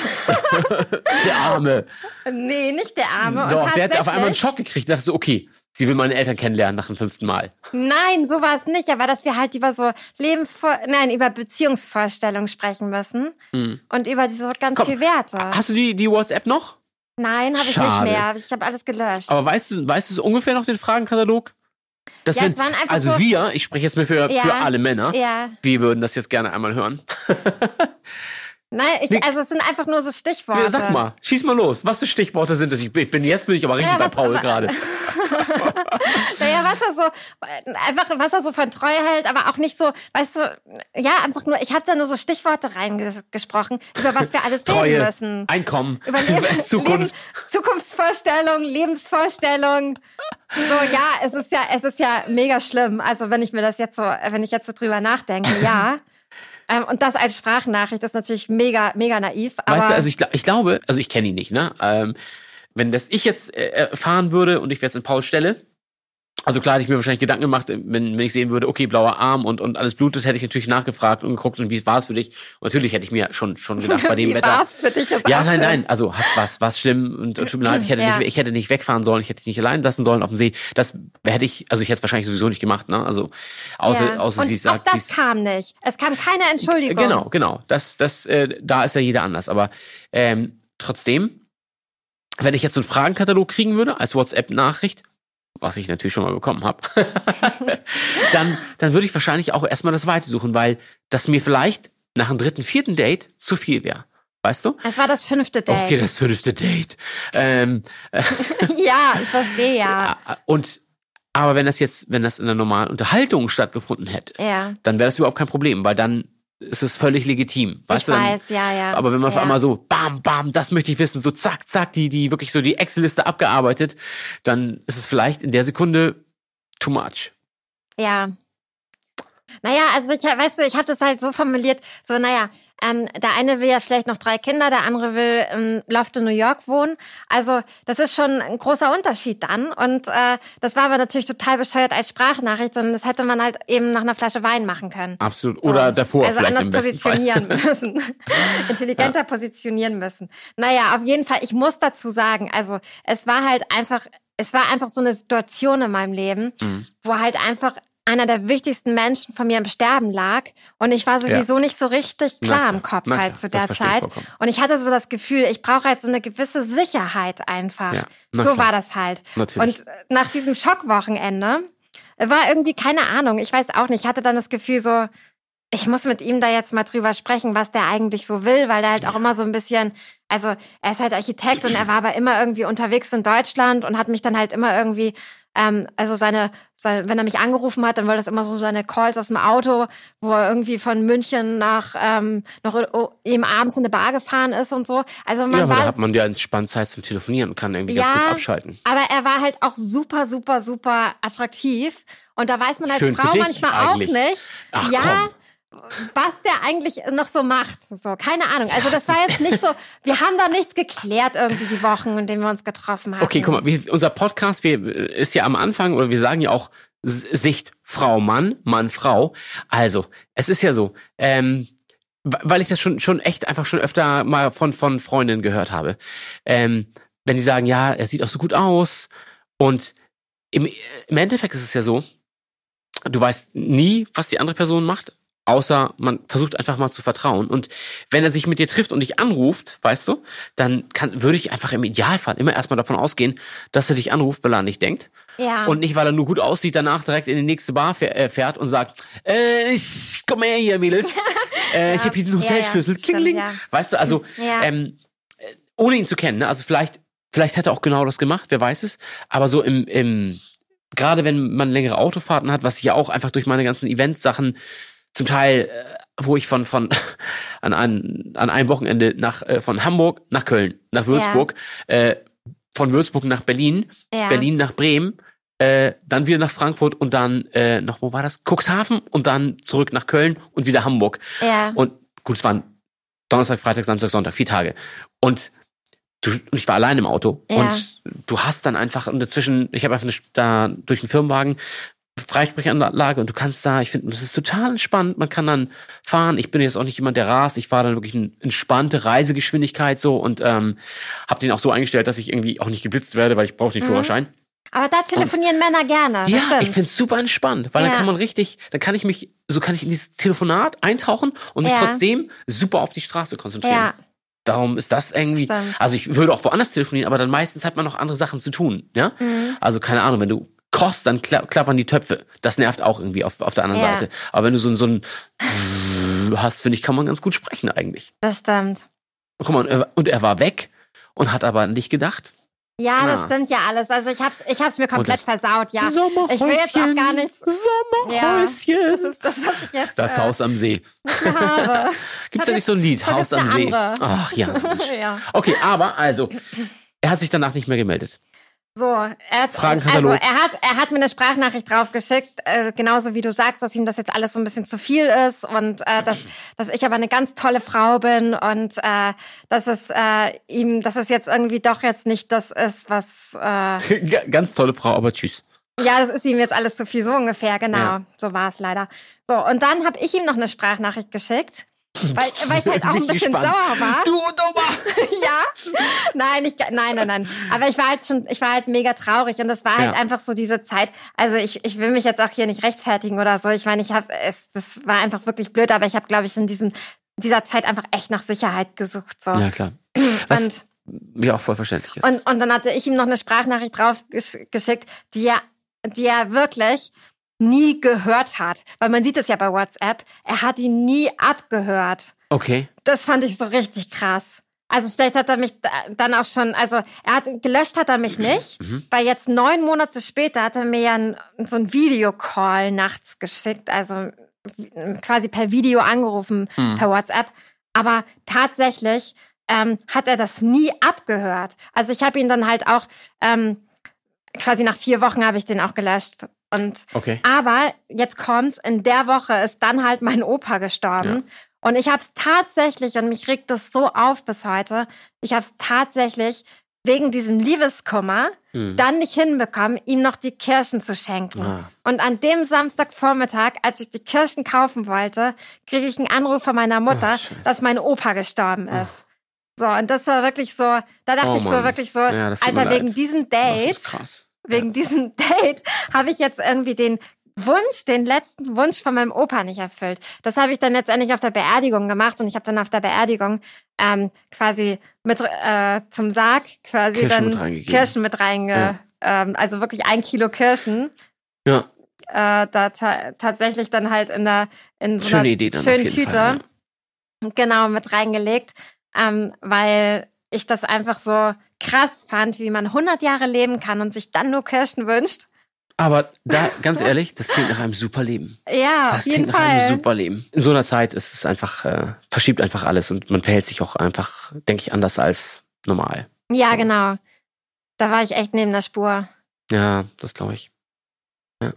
der Arme. nee, nicht der Arme. Und Doch, der hat auf einmal einen tatsächlich- Schock gekriegt. Dachte so, okay, sie will meine Eltern kennenlernen nach dem fünften Mal. Nein, so war es nicht. Aber dass wir halt über so Lebensvor... Nein, über Beziehungsvorstellungen sprechen müssen. Und über so ganz Komm, viel Werte. Hast du die, die WhatsApp noch? Nein, habe ich Schade. nicht mehr. Ich habe alles gelöscht. Aber weißt du, weißt du so ungefähr noch den Fragenkatalog? Das Ja, wenn- es waren einfach also so- wir, ich spreche jetzt mal für, Ja. für alle Männer, ja. wir würden das jetzt gerne einmal hören. Nein, ich, also es sind einfach nur so Stichworte. Ja, sag mal, schieß mal los. Was für Stichworte sind das? Ich bin, ich bin jetzt bin ich aber richtig Ja, bei was- Paul aber- gerade. Naja, was er so, einfach, was er so von Treue hält, aber auch nicht so, weißt du, ja, einfach nur, ich habe da nur so Stichworte reingesprochen, über was wir alles reden Treue, müssen. Einkommen, Über Leben, Zukunft. Leben, Zukunftsvorstellung, Lebensvorstellung. So, ja, es ist ja, es ist ja mega schlimm. Also, wenn ich mir das jetzt so, wenn ich jetzt so drüber nachdenke, ja. Ähm, und das als Sprachnachricht ist natürlich mega, mega naiv. Aber Weißt du, also ich, gla- ich glaube, also ich kenne ihn nicht, ne? Ähm, wenn das ich jetzt äh, erfahren würde und ich wäre jetzt in Pauls Stelle, Also klar hätte ich mir wahrscheinlich Gedanken gemacht, wenn, wenn ich sehen würde, okay, blauer Arm und, und alles blutet, hätte ich natürlich nachgefragt und geguckt, und wie war es für dich? Und natürlich hätte ich mir schon schon gedacht, bei dem wie Wetter. Wie war's für dich? Ist ja, auch nein, schön. nein, also hast was, was schlimm und, und tut mir leid, ich hätte Ja. nicht, ich hätte nicht wegfahren sollen, ich hätte dich nicht allein lassen sollen auf dem See. Das hätte ich, also ich hätte es wahrscheinlich sowieso nicht gemacht, ne? Also außer, Ja. außer Und sie auch sagt, das sie's- kam nicht. Es kam keine Entschuldigung. Genau, genau. Das, das, äh, da ist ja jeder anders. Aber ähm, trotzdem, wenn ich jetzt so einen Fragenkatalog kriegen würde als WhatsApp-Nachricht, was ich natürlich schon mal bekommen habe, dann, dann würde ich wahrscheinlich auch erstmal das Weite suchen, weil das mir vielleicht nach dem dritten, vierten Date zu viel wäre. Weißt du? Es war das fünfte Date. Okay, das fünfte Date. Ähm, Ja, ich verstehe ja. und aber wenn das jetzt, wenn das in einer normalen Unterhaltung stattgefunden hätte, Ja. dann wäre das überhaupt kein Problem, weil dann ist es völlig legitim. Weißt Ich du, dann, weiß, ja, ja. Aber wenn man auf ja. einmal so, bam, bam, das möchte ich wissen, so zack, zack, die, die wirklich so die Excel-Liste abgearbeitet, dann ist es vielleicht in der Sekunde too much. Ja. Naja, also ich, weißt du, ich habe das halt so formuliert, so, naja, ähm, der eine will ja vielleicht noch drei Kinder, der andere will im Loft in New York wohnen. Also das ist schon ein großer Unterschied dann. Und äh, das war aber natürlich total bescheuert als Sprachnachricht, sondern das hätte man halt eben nach einer Flasche Wein machen können. Absolut. So. Oder davor also vielleicht anders im besten positionieren Fall. müssen. Intelligenter ja. positionieren müssen. Naja, auf jeden Fall, ich muss dazu sagen, also es war halt einfach, es war einfach so eine Situation in meinem Leben, mhm. wo halt einfach einer der wichtigsten Menschen von mir im Sterben lag und ich war sowieso ja. nicht so richtig klar, klar. im Kopf Na halt klar, zu der Zeit ich und ich hatte so das Gefühl, ich brauche halt so eine gewisse Sicherheit einfach. Ja. So klar. war das halt. Natürlich. Und nach diesem Schockwochenende war irgendwie keine Ahnung, ich weiß auch nicht, ich hatte dann das Gefühl so, ich muss mit ihm da jetzt mal drüber sprechen, was der eigentlich so will, weil der halt auch immer so ein bisschen, also er ist halt Architekt und er war aber immer irgendwie unterwegs in Deutschland und hat mich dann halt immer irgendwie Ähm, also seine, seine, wenn er mich angerufen hat, dann war das immer so seine Calls aus dem Auto, wo er irgendwie von München nach ähm, noch eben abends in eine Bar gefahren ist und so. Also man ja, aber war, da hat man ja entspannt Zeit zum Telefonieren und kann irgendwie ja, ganz gut abschalten. Aber er war halt auch super, super, super attraktiv. Und da weiß man als Schön für Frau dich manchmal eigentlich. auch nicht, Ach, ja, komm. was der eigentlich noch so macht. So, keine Ahnung. Also das war jetzt nicht so, wir haben da nichts geklärt irgendwie die Wochen, in denen wir uns getroffen haben. Okay, guck mal, wir, unser Podcast wir, ist ja am Anfang, oder wir sagen ja auch S- Sicht Frau, Mann, Mann, Frau. Also, es ist ja so, ähm, weil ich das schon schon echt einfach schon öfter mal von von Freundinnen gehört habe. Ähm, wenn die sagen, ja, er sieht auch so gut aus und im, im Endeffekt ist es ja so, du weißt nie, was die andere Person macht, außer man versucht einfach mal zu vertrauen. Und wenn er sich mit dir trifft und dich anruft, weißt du, dann kann, würde ich einfach im Idealfall immer erstmal davon ausgehen, dass er dich anruft, weil er an dich denkt. Ja. Und nicht, weil er nur gut aussieht, danach direkt in die nächste Bar fährt und sagt, äh, ich komm mal her hier, Mädels. äh, ich habe hier den Hotelschlüssel. Ja, ja, Klingeling. stimmt, ja. Weißt du, also Ja. ähm, ohne ihn zu kennen, ne? Also vielleicht, vielleicht hat er auch genau das gemacht, wer weiß es. Aber so im, im gerade wenn man längere Autofahrten hat, was ich ja auch einfach durch meine ganzen Event-Sachen zum Teil, äh, wo ich von von an ein, an einem Wochenende nach äh, von Hamburg nach Köln, nach Würzburg, ja. äh, von Würzburg nach Berlin, Ja. Berlin nach Bremen, äh, dann wieder nach Frankfurt und dann äh, noch, wo war das? Cuxhaven und dann zurück nach Köln und wieder Hamburg. Ja. Und gut, es waren Donnerstag, Freitag, Samstag, Sonntag, vier Tage. Und du, und ich war allein im Auto. Ja. Und du hast dann einfach dazwischen, ich habe einfach eine, da durch den Firmenwagen Freisprechanlage und du kannst da, ich finde, das ist total entspannt. Man kann dann fahren. Ich bin jetzt auch nicht jemand, der rast. Ich fahre dann wirklich eine entspannte Reisegeschwindigkeit so und ähm, habe den auch so eingestellt, dass ich irgendwie auch nicht geblitzt werde, weil ich brauche den Mhm. Führerschein. Aber da telefonieren und, Männer gerne. Das ja, stimmt. ich find's super entspannt, weil Ja. dann kann man richtig, dann kann ich mich, so kann ich in dieses Telefonat eintauchen und mich Ja. trotzdem super auf die Straße konzentrieren. Ja. Darum ist das irgendwie, Stimmt. also ich würde auch woanders telefonieren, aber dann meistens hat man noch andere Sachen zu tun, ja? Mhm. Also keine Ahnung, wenn du kochst, dann kla- klappern die Töpfe. Das nervt auch irgendwie auf, auf der anderen Ja. Seite. Aber wenn du so, ein- so ein hast, finde ich, kann man ganz gut sprechen eigentlich. Das stimmt. Guck mal, und er, und er war weg und hat aber an dich gedacht. Ja, das Ja. stimmt ja alles. Also ich hab's, ich hab's mir komplett Und das versaut, ja. Ich will jetzt auch gar nichts. Sommerhäuschen. Ja, das ist das, was ich jetzt Das äh, Haus am See. habe. Gibt's da nicht so ein Lied? das hat Haus jetzt am eine See. andere. Ach ja. Mensch. Ja. Okay, aber also, er hat sich danach nicht mehr gemeldet. So, er hat, Fragenkatalog. also er hat, er hat mir eine Sprachnachricht draufgeschickt, äh, genauso wie du sagst, dass ihm das jetzt alles so ein bisschen zu viel ist und äh, dass, dass ich aber eine ganz tolle Frau bin und äh, dass es äh, ihm, dass es jetzt irgendwie doch jetzt nicht das ist, was äh, G- Ganz tolle Frau, aber tschüss. Ja, das ist ihm jetzt alles zu viel, so ungefähr, genau. Ja. So war es leider. So, und dann habe ich ihm noch eine Sprachnachricht geschickt, weil, weil ich halt auch ein bisschen gespannt. sauer war. Du Dummer! Ja, nein, ich, nein, nein, nein. Aber ich war halt schon, ich war halt mega traurig und das war halt Ja. einfach so diese Zeit. Also ich, ich will mich jetzt auch hier nicht rechtfertigen oder so. Ich meine, ich habe es, das war einfach wirklich blöd, aber ich habe, glaube ich, in diesem dieser Zeit einfach echt nach Sicherheit gesucht. So. Ja, klar. Was Und, mir auch voll verständlich ist. und und dann hatte ich ihm noch eine Sprachnachricht drauf gesch- geschickt, die er, die er wirklich nie gehört hat, weil man sieht es ja bei WhatsApp. Er hat ihn nie abgehört. Okay. Das fand ich so richtig krass. Also vielleicht hat er mich da- dann auch schon, also er hat gelöscht hat er mich nicht, weil jetzt neun Monate später hat er mir ja ein, so ein Videocall nachts geschickt, also quasi per Video angerufen, per WhatsApp. Aber tatsächlich ähm, hat er das nie abgehört. Also ich habe ihn dann halt auch, ähm, quasi nach vier Wochen habe ich den auch gelöscht. Und Okay. aber jetzt kommt's, in der Woche ist dann halt mein Opa gestorben. Ja. Und ich habe es tatsächlich, und mich regt das so auf bis heute, ich habe es tatsächlich wegen diesem Liebeskummer Hm. dann nicht hinbekommen, ihm noch die Kirschen zu schenken. Ah. Und an dem Samstagvormittag, als ich die Kirschen kaufen wollte, kriege ich einen Anruf von meiner Mutter, Oh, Scheiße. dass mein Opa gestorben ist. So, und das war wirklich so, da dachte Oh, ich so Mann. wirklich so, Ja, das tut mir Alter, leid. wegen diesem Das Date, ist krass. wegen diesem Date habe ich jetzt irgendwie den Wunsch, den letzten Wunsch von meinem Opa nicht erfüllt. Das habe ich dann letztendlich auf der Beerdigung gemacht und ich habe dann auf der Beerdigung ähm, quasi mit äh, zum Sarg quasi Kirschen dann mit reingegeben. Kirschen mit reinge, Ja. ähm, also wirklich ein Kilo Kirschen. Ja. Äh, da ta- tatsächlich dann halt in der in so Schöne einer Idee dann auf schönen jeden Tüte Fall, genau mit reingelegt, ähm, weil ich das einfach so krass fand, wie man hundert Jahre leben kann und sich dann nur Kirschen wünscht. Aber da, ganz ehrlich, das klingt nach einem super Leben. Ja, Das auf jeden klingt nach einem Fall. super Leben. In so einer Zeit ist es einfach, äh, verschiebt einfach alles und man verhält sich auch einfach, denke ich, anders als normal. Ja, So. genau. Da war ich echt neben der Spur. Ja, das glaube ich. Ja,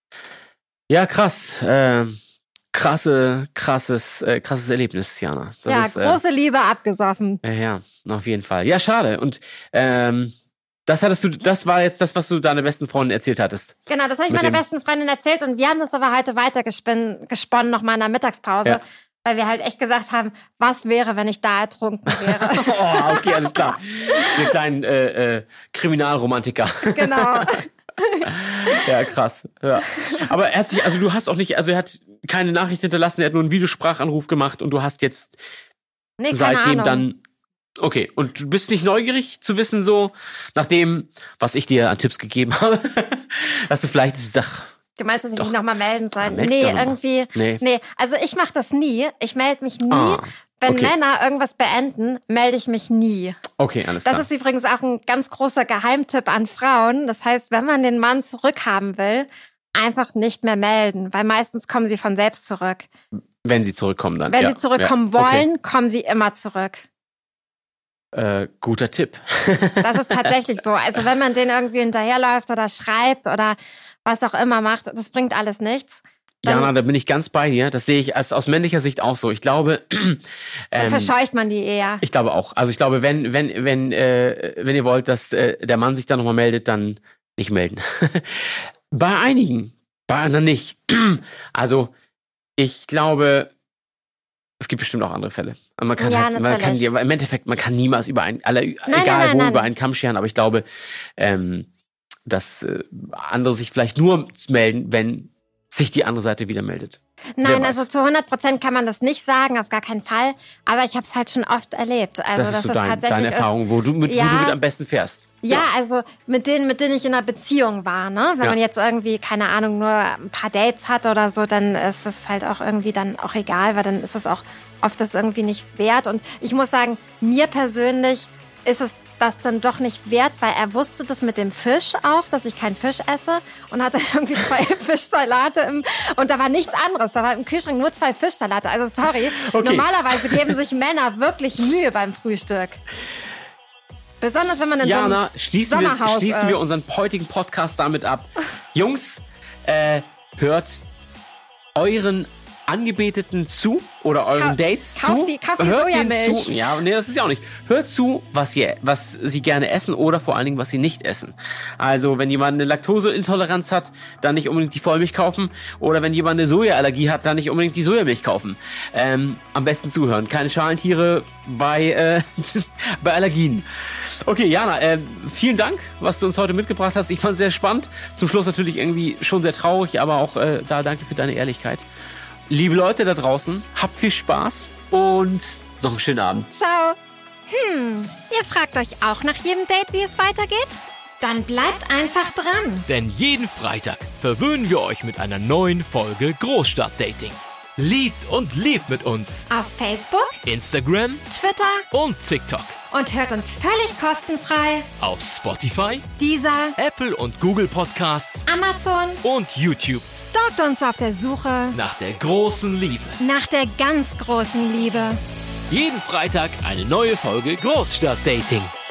ja krass. Äh, krasse, krasses, äh, krasses Erlebnis, Jana. Das ja, ist, äh, große Liebe abgesoffen. ja, ja, auf jeden Fall. Ja, schade. Und ähm, das hattest du, das war jetzt das, was du deiner besten Freundin erzählt hattest. Genau, das habe ich Mit meiner dem- besten Freundin erzählt und wir haben das aber heute weiter gesponnen, gesponnen nochmal in der Mittagspause, Ja. weil wir halt echt gesagt haben, was wäre, wenn ich da ertrunken wäre. Oh, okay, alles klar. Den kleinen äh, äh, Kriminalromantiker. Genau. Ja, krass. Ja. Aber er hat sich, also du hast auch nicht, also er hat keine Nachricht hinterlassen, er hat nur einen Videosprachanruf gemacht und du hast jetzt Nee, keine seitdem Ahnung. dann. Okay, und du bist nicht neugierig zu wissen, so, nach dem, was ich dir an Tipps gegeben habe, dass du vielleicht ist es doch. Du meinst, dass ich Doch. mich nochmal melden soll? Ja, meld dich nee, doch noch mal. irgendwie. Nee. Nee, also ich mache das nie. Ich melde mich nie. Ah, Wenn okay. Männer irgendwas beenden, melde ich mich nie. Okay, alles Das klar. ist übrigens auch ein ganz großer Geheimtipp an Frauen. Das heißt, wenn man den Mann zurückhaben will, einfach nicht mehr melden, weil meistens kommen sie von selbst zurück. Wenn sie zurückkommen dann. Wenn ja, sie zurückkommen ja, wollen, kommen sie immer zurück. Okay. Äh, guter Tipp. Das ist tatsächlich so. Also wenn man denen irgendwie hinterherläuft oder schreibt oder was auch immer macht, das bringt alles nichts. Dann, Jana, da bin ich ganz bei dir. Das sehe ich als, aus männlicher Sicht auch so. Ich glaube, dann ähm, verscheucht man die eher. ich glaube auch. Also ich glaube, wenn, wenn, wenn, äh, wenn ihr wollt, dass äh, der Mann sich dann nochmal meldet, dann nicht melden. Bei einigen, bei anderen nicht. Also ich glaube, es gibt bestimmt auch andere Fälle. Man kann Ja, halt, man natürlich. kann die, aber im Endeffekt, man kann niemals über einen, alle, egal nein, nein, wo, nein. über einen Kamm scheren, aber ich glaube, ähm, dass äh, andere sich vielleicht nur melden, wenn sich die andere Seite wieder meldet. Nein, weiß. also zu hundert Prozent kann man das nicht sagen, auf gar keinen Fall. Aber ich habe es halt schon oft erlebt. Also Das dass ist so es dein, tatsächlich deine ist. Erfahrung, wo du, mit, wo Ja. du mit am besten fährst. Ja, also mit denen, mit denen ich in einer Beziehung war, ne? Wenn Ja. man jetzt irgendwie, keine Ahnung, nur ein paar Dates hat oder so, dann ist es halt auch irgendwie dann auch egal, weil dann ist es auch oft das irgendwie nicht wert. Und ich muss sagen, mir persönlich ist es das dann doch nicht wert, weil er wusste das mit dem Fisch auch, dass ich keinen Fisch esse und hatte irgendwie zwei Fischsalate im, und da war nichts anderes. Da war im Kühlschrank nur zwei Fischsalate. Also sorry, Okay. normalerweise geben sich Männer wirklich Mühe beim Frühstück. Besonders wenn man in Jana, so einem schließen, wir, Sommerhaus schließen wir ist. unseren heutigen Podcast damit ab. Jungs, äh, hört euren Angebeteten zu oder euren Kau- Dates kauf zu. die- kauf die Hört denen Sojamilch. zu. Ja, nee, das ist ja auch nicht. Hört zu, was, ihr, was sie gerne essen oder vor allen Dingen, was sie nicht essen. Also, wenn jemand eine Laktoseintoleranz hat, dann nicht unbedingt die Vollmilch kaufen. Oder wenn jemand eine Sojaallergie hat, dann nicht unbedingt die Sojamilch kaufen. Ähm, am besten zuhören. Keine Schalentiere bei, äh, bei Allergien. Okay, Jana, äh, vielen Dank, was du uns heute mitgebracht hast. Ich fand es sehr spannend. Zum Schluss natürlich irgendwie schon sehr traurig, aber auch äh, da danke für deine Ehrlichkeit. Liebe Leute da draußen, habt viel Spaß und noch einen schönen Abend. Ciao. Hm, ihr fragt euch auch nach jedem Date, wie es weitergeht? Dann bleibt einfach dran. Denn jeden Freitag verwöhnen wir euch mit einer neuen Folge Großstadtdating. Liebt und lebt mit uns. Auf Facebook, Instagram Twitter und TikTok. und hört uns völlig kostenfrei. Auf Spotify, Dieser, Apple und Google Podcasts Amazon, und YouTube. stalkt uns auf der Suche Nach der großen Liebe. nach der ganz großen Liebe. Jeden Freitag eine neue Folge Großstadtdating.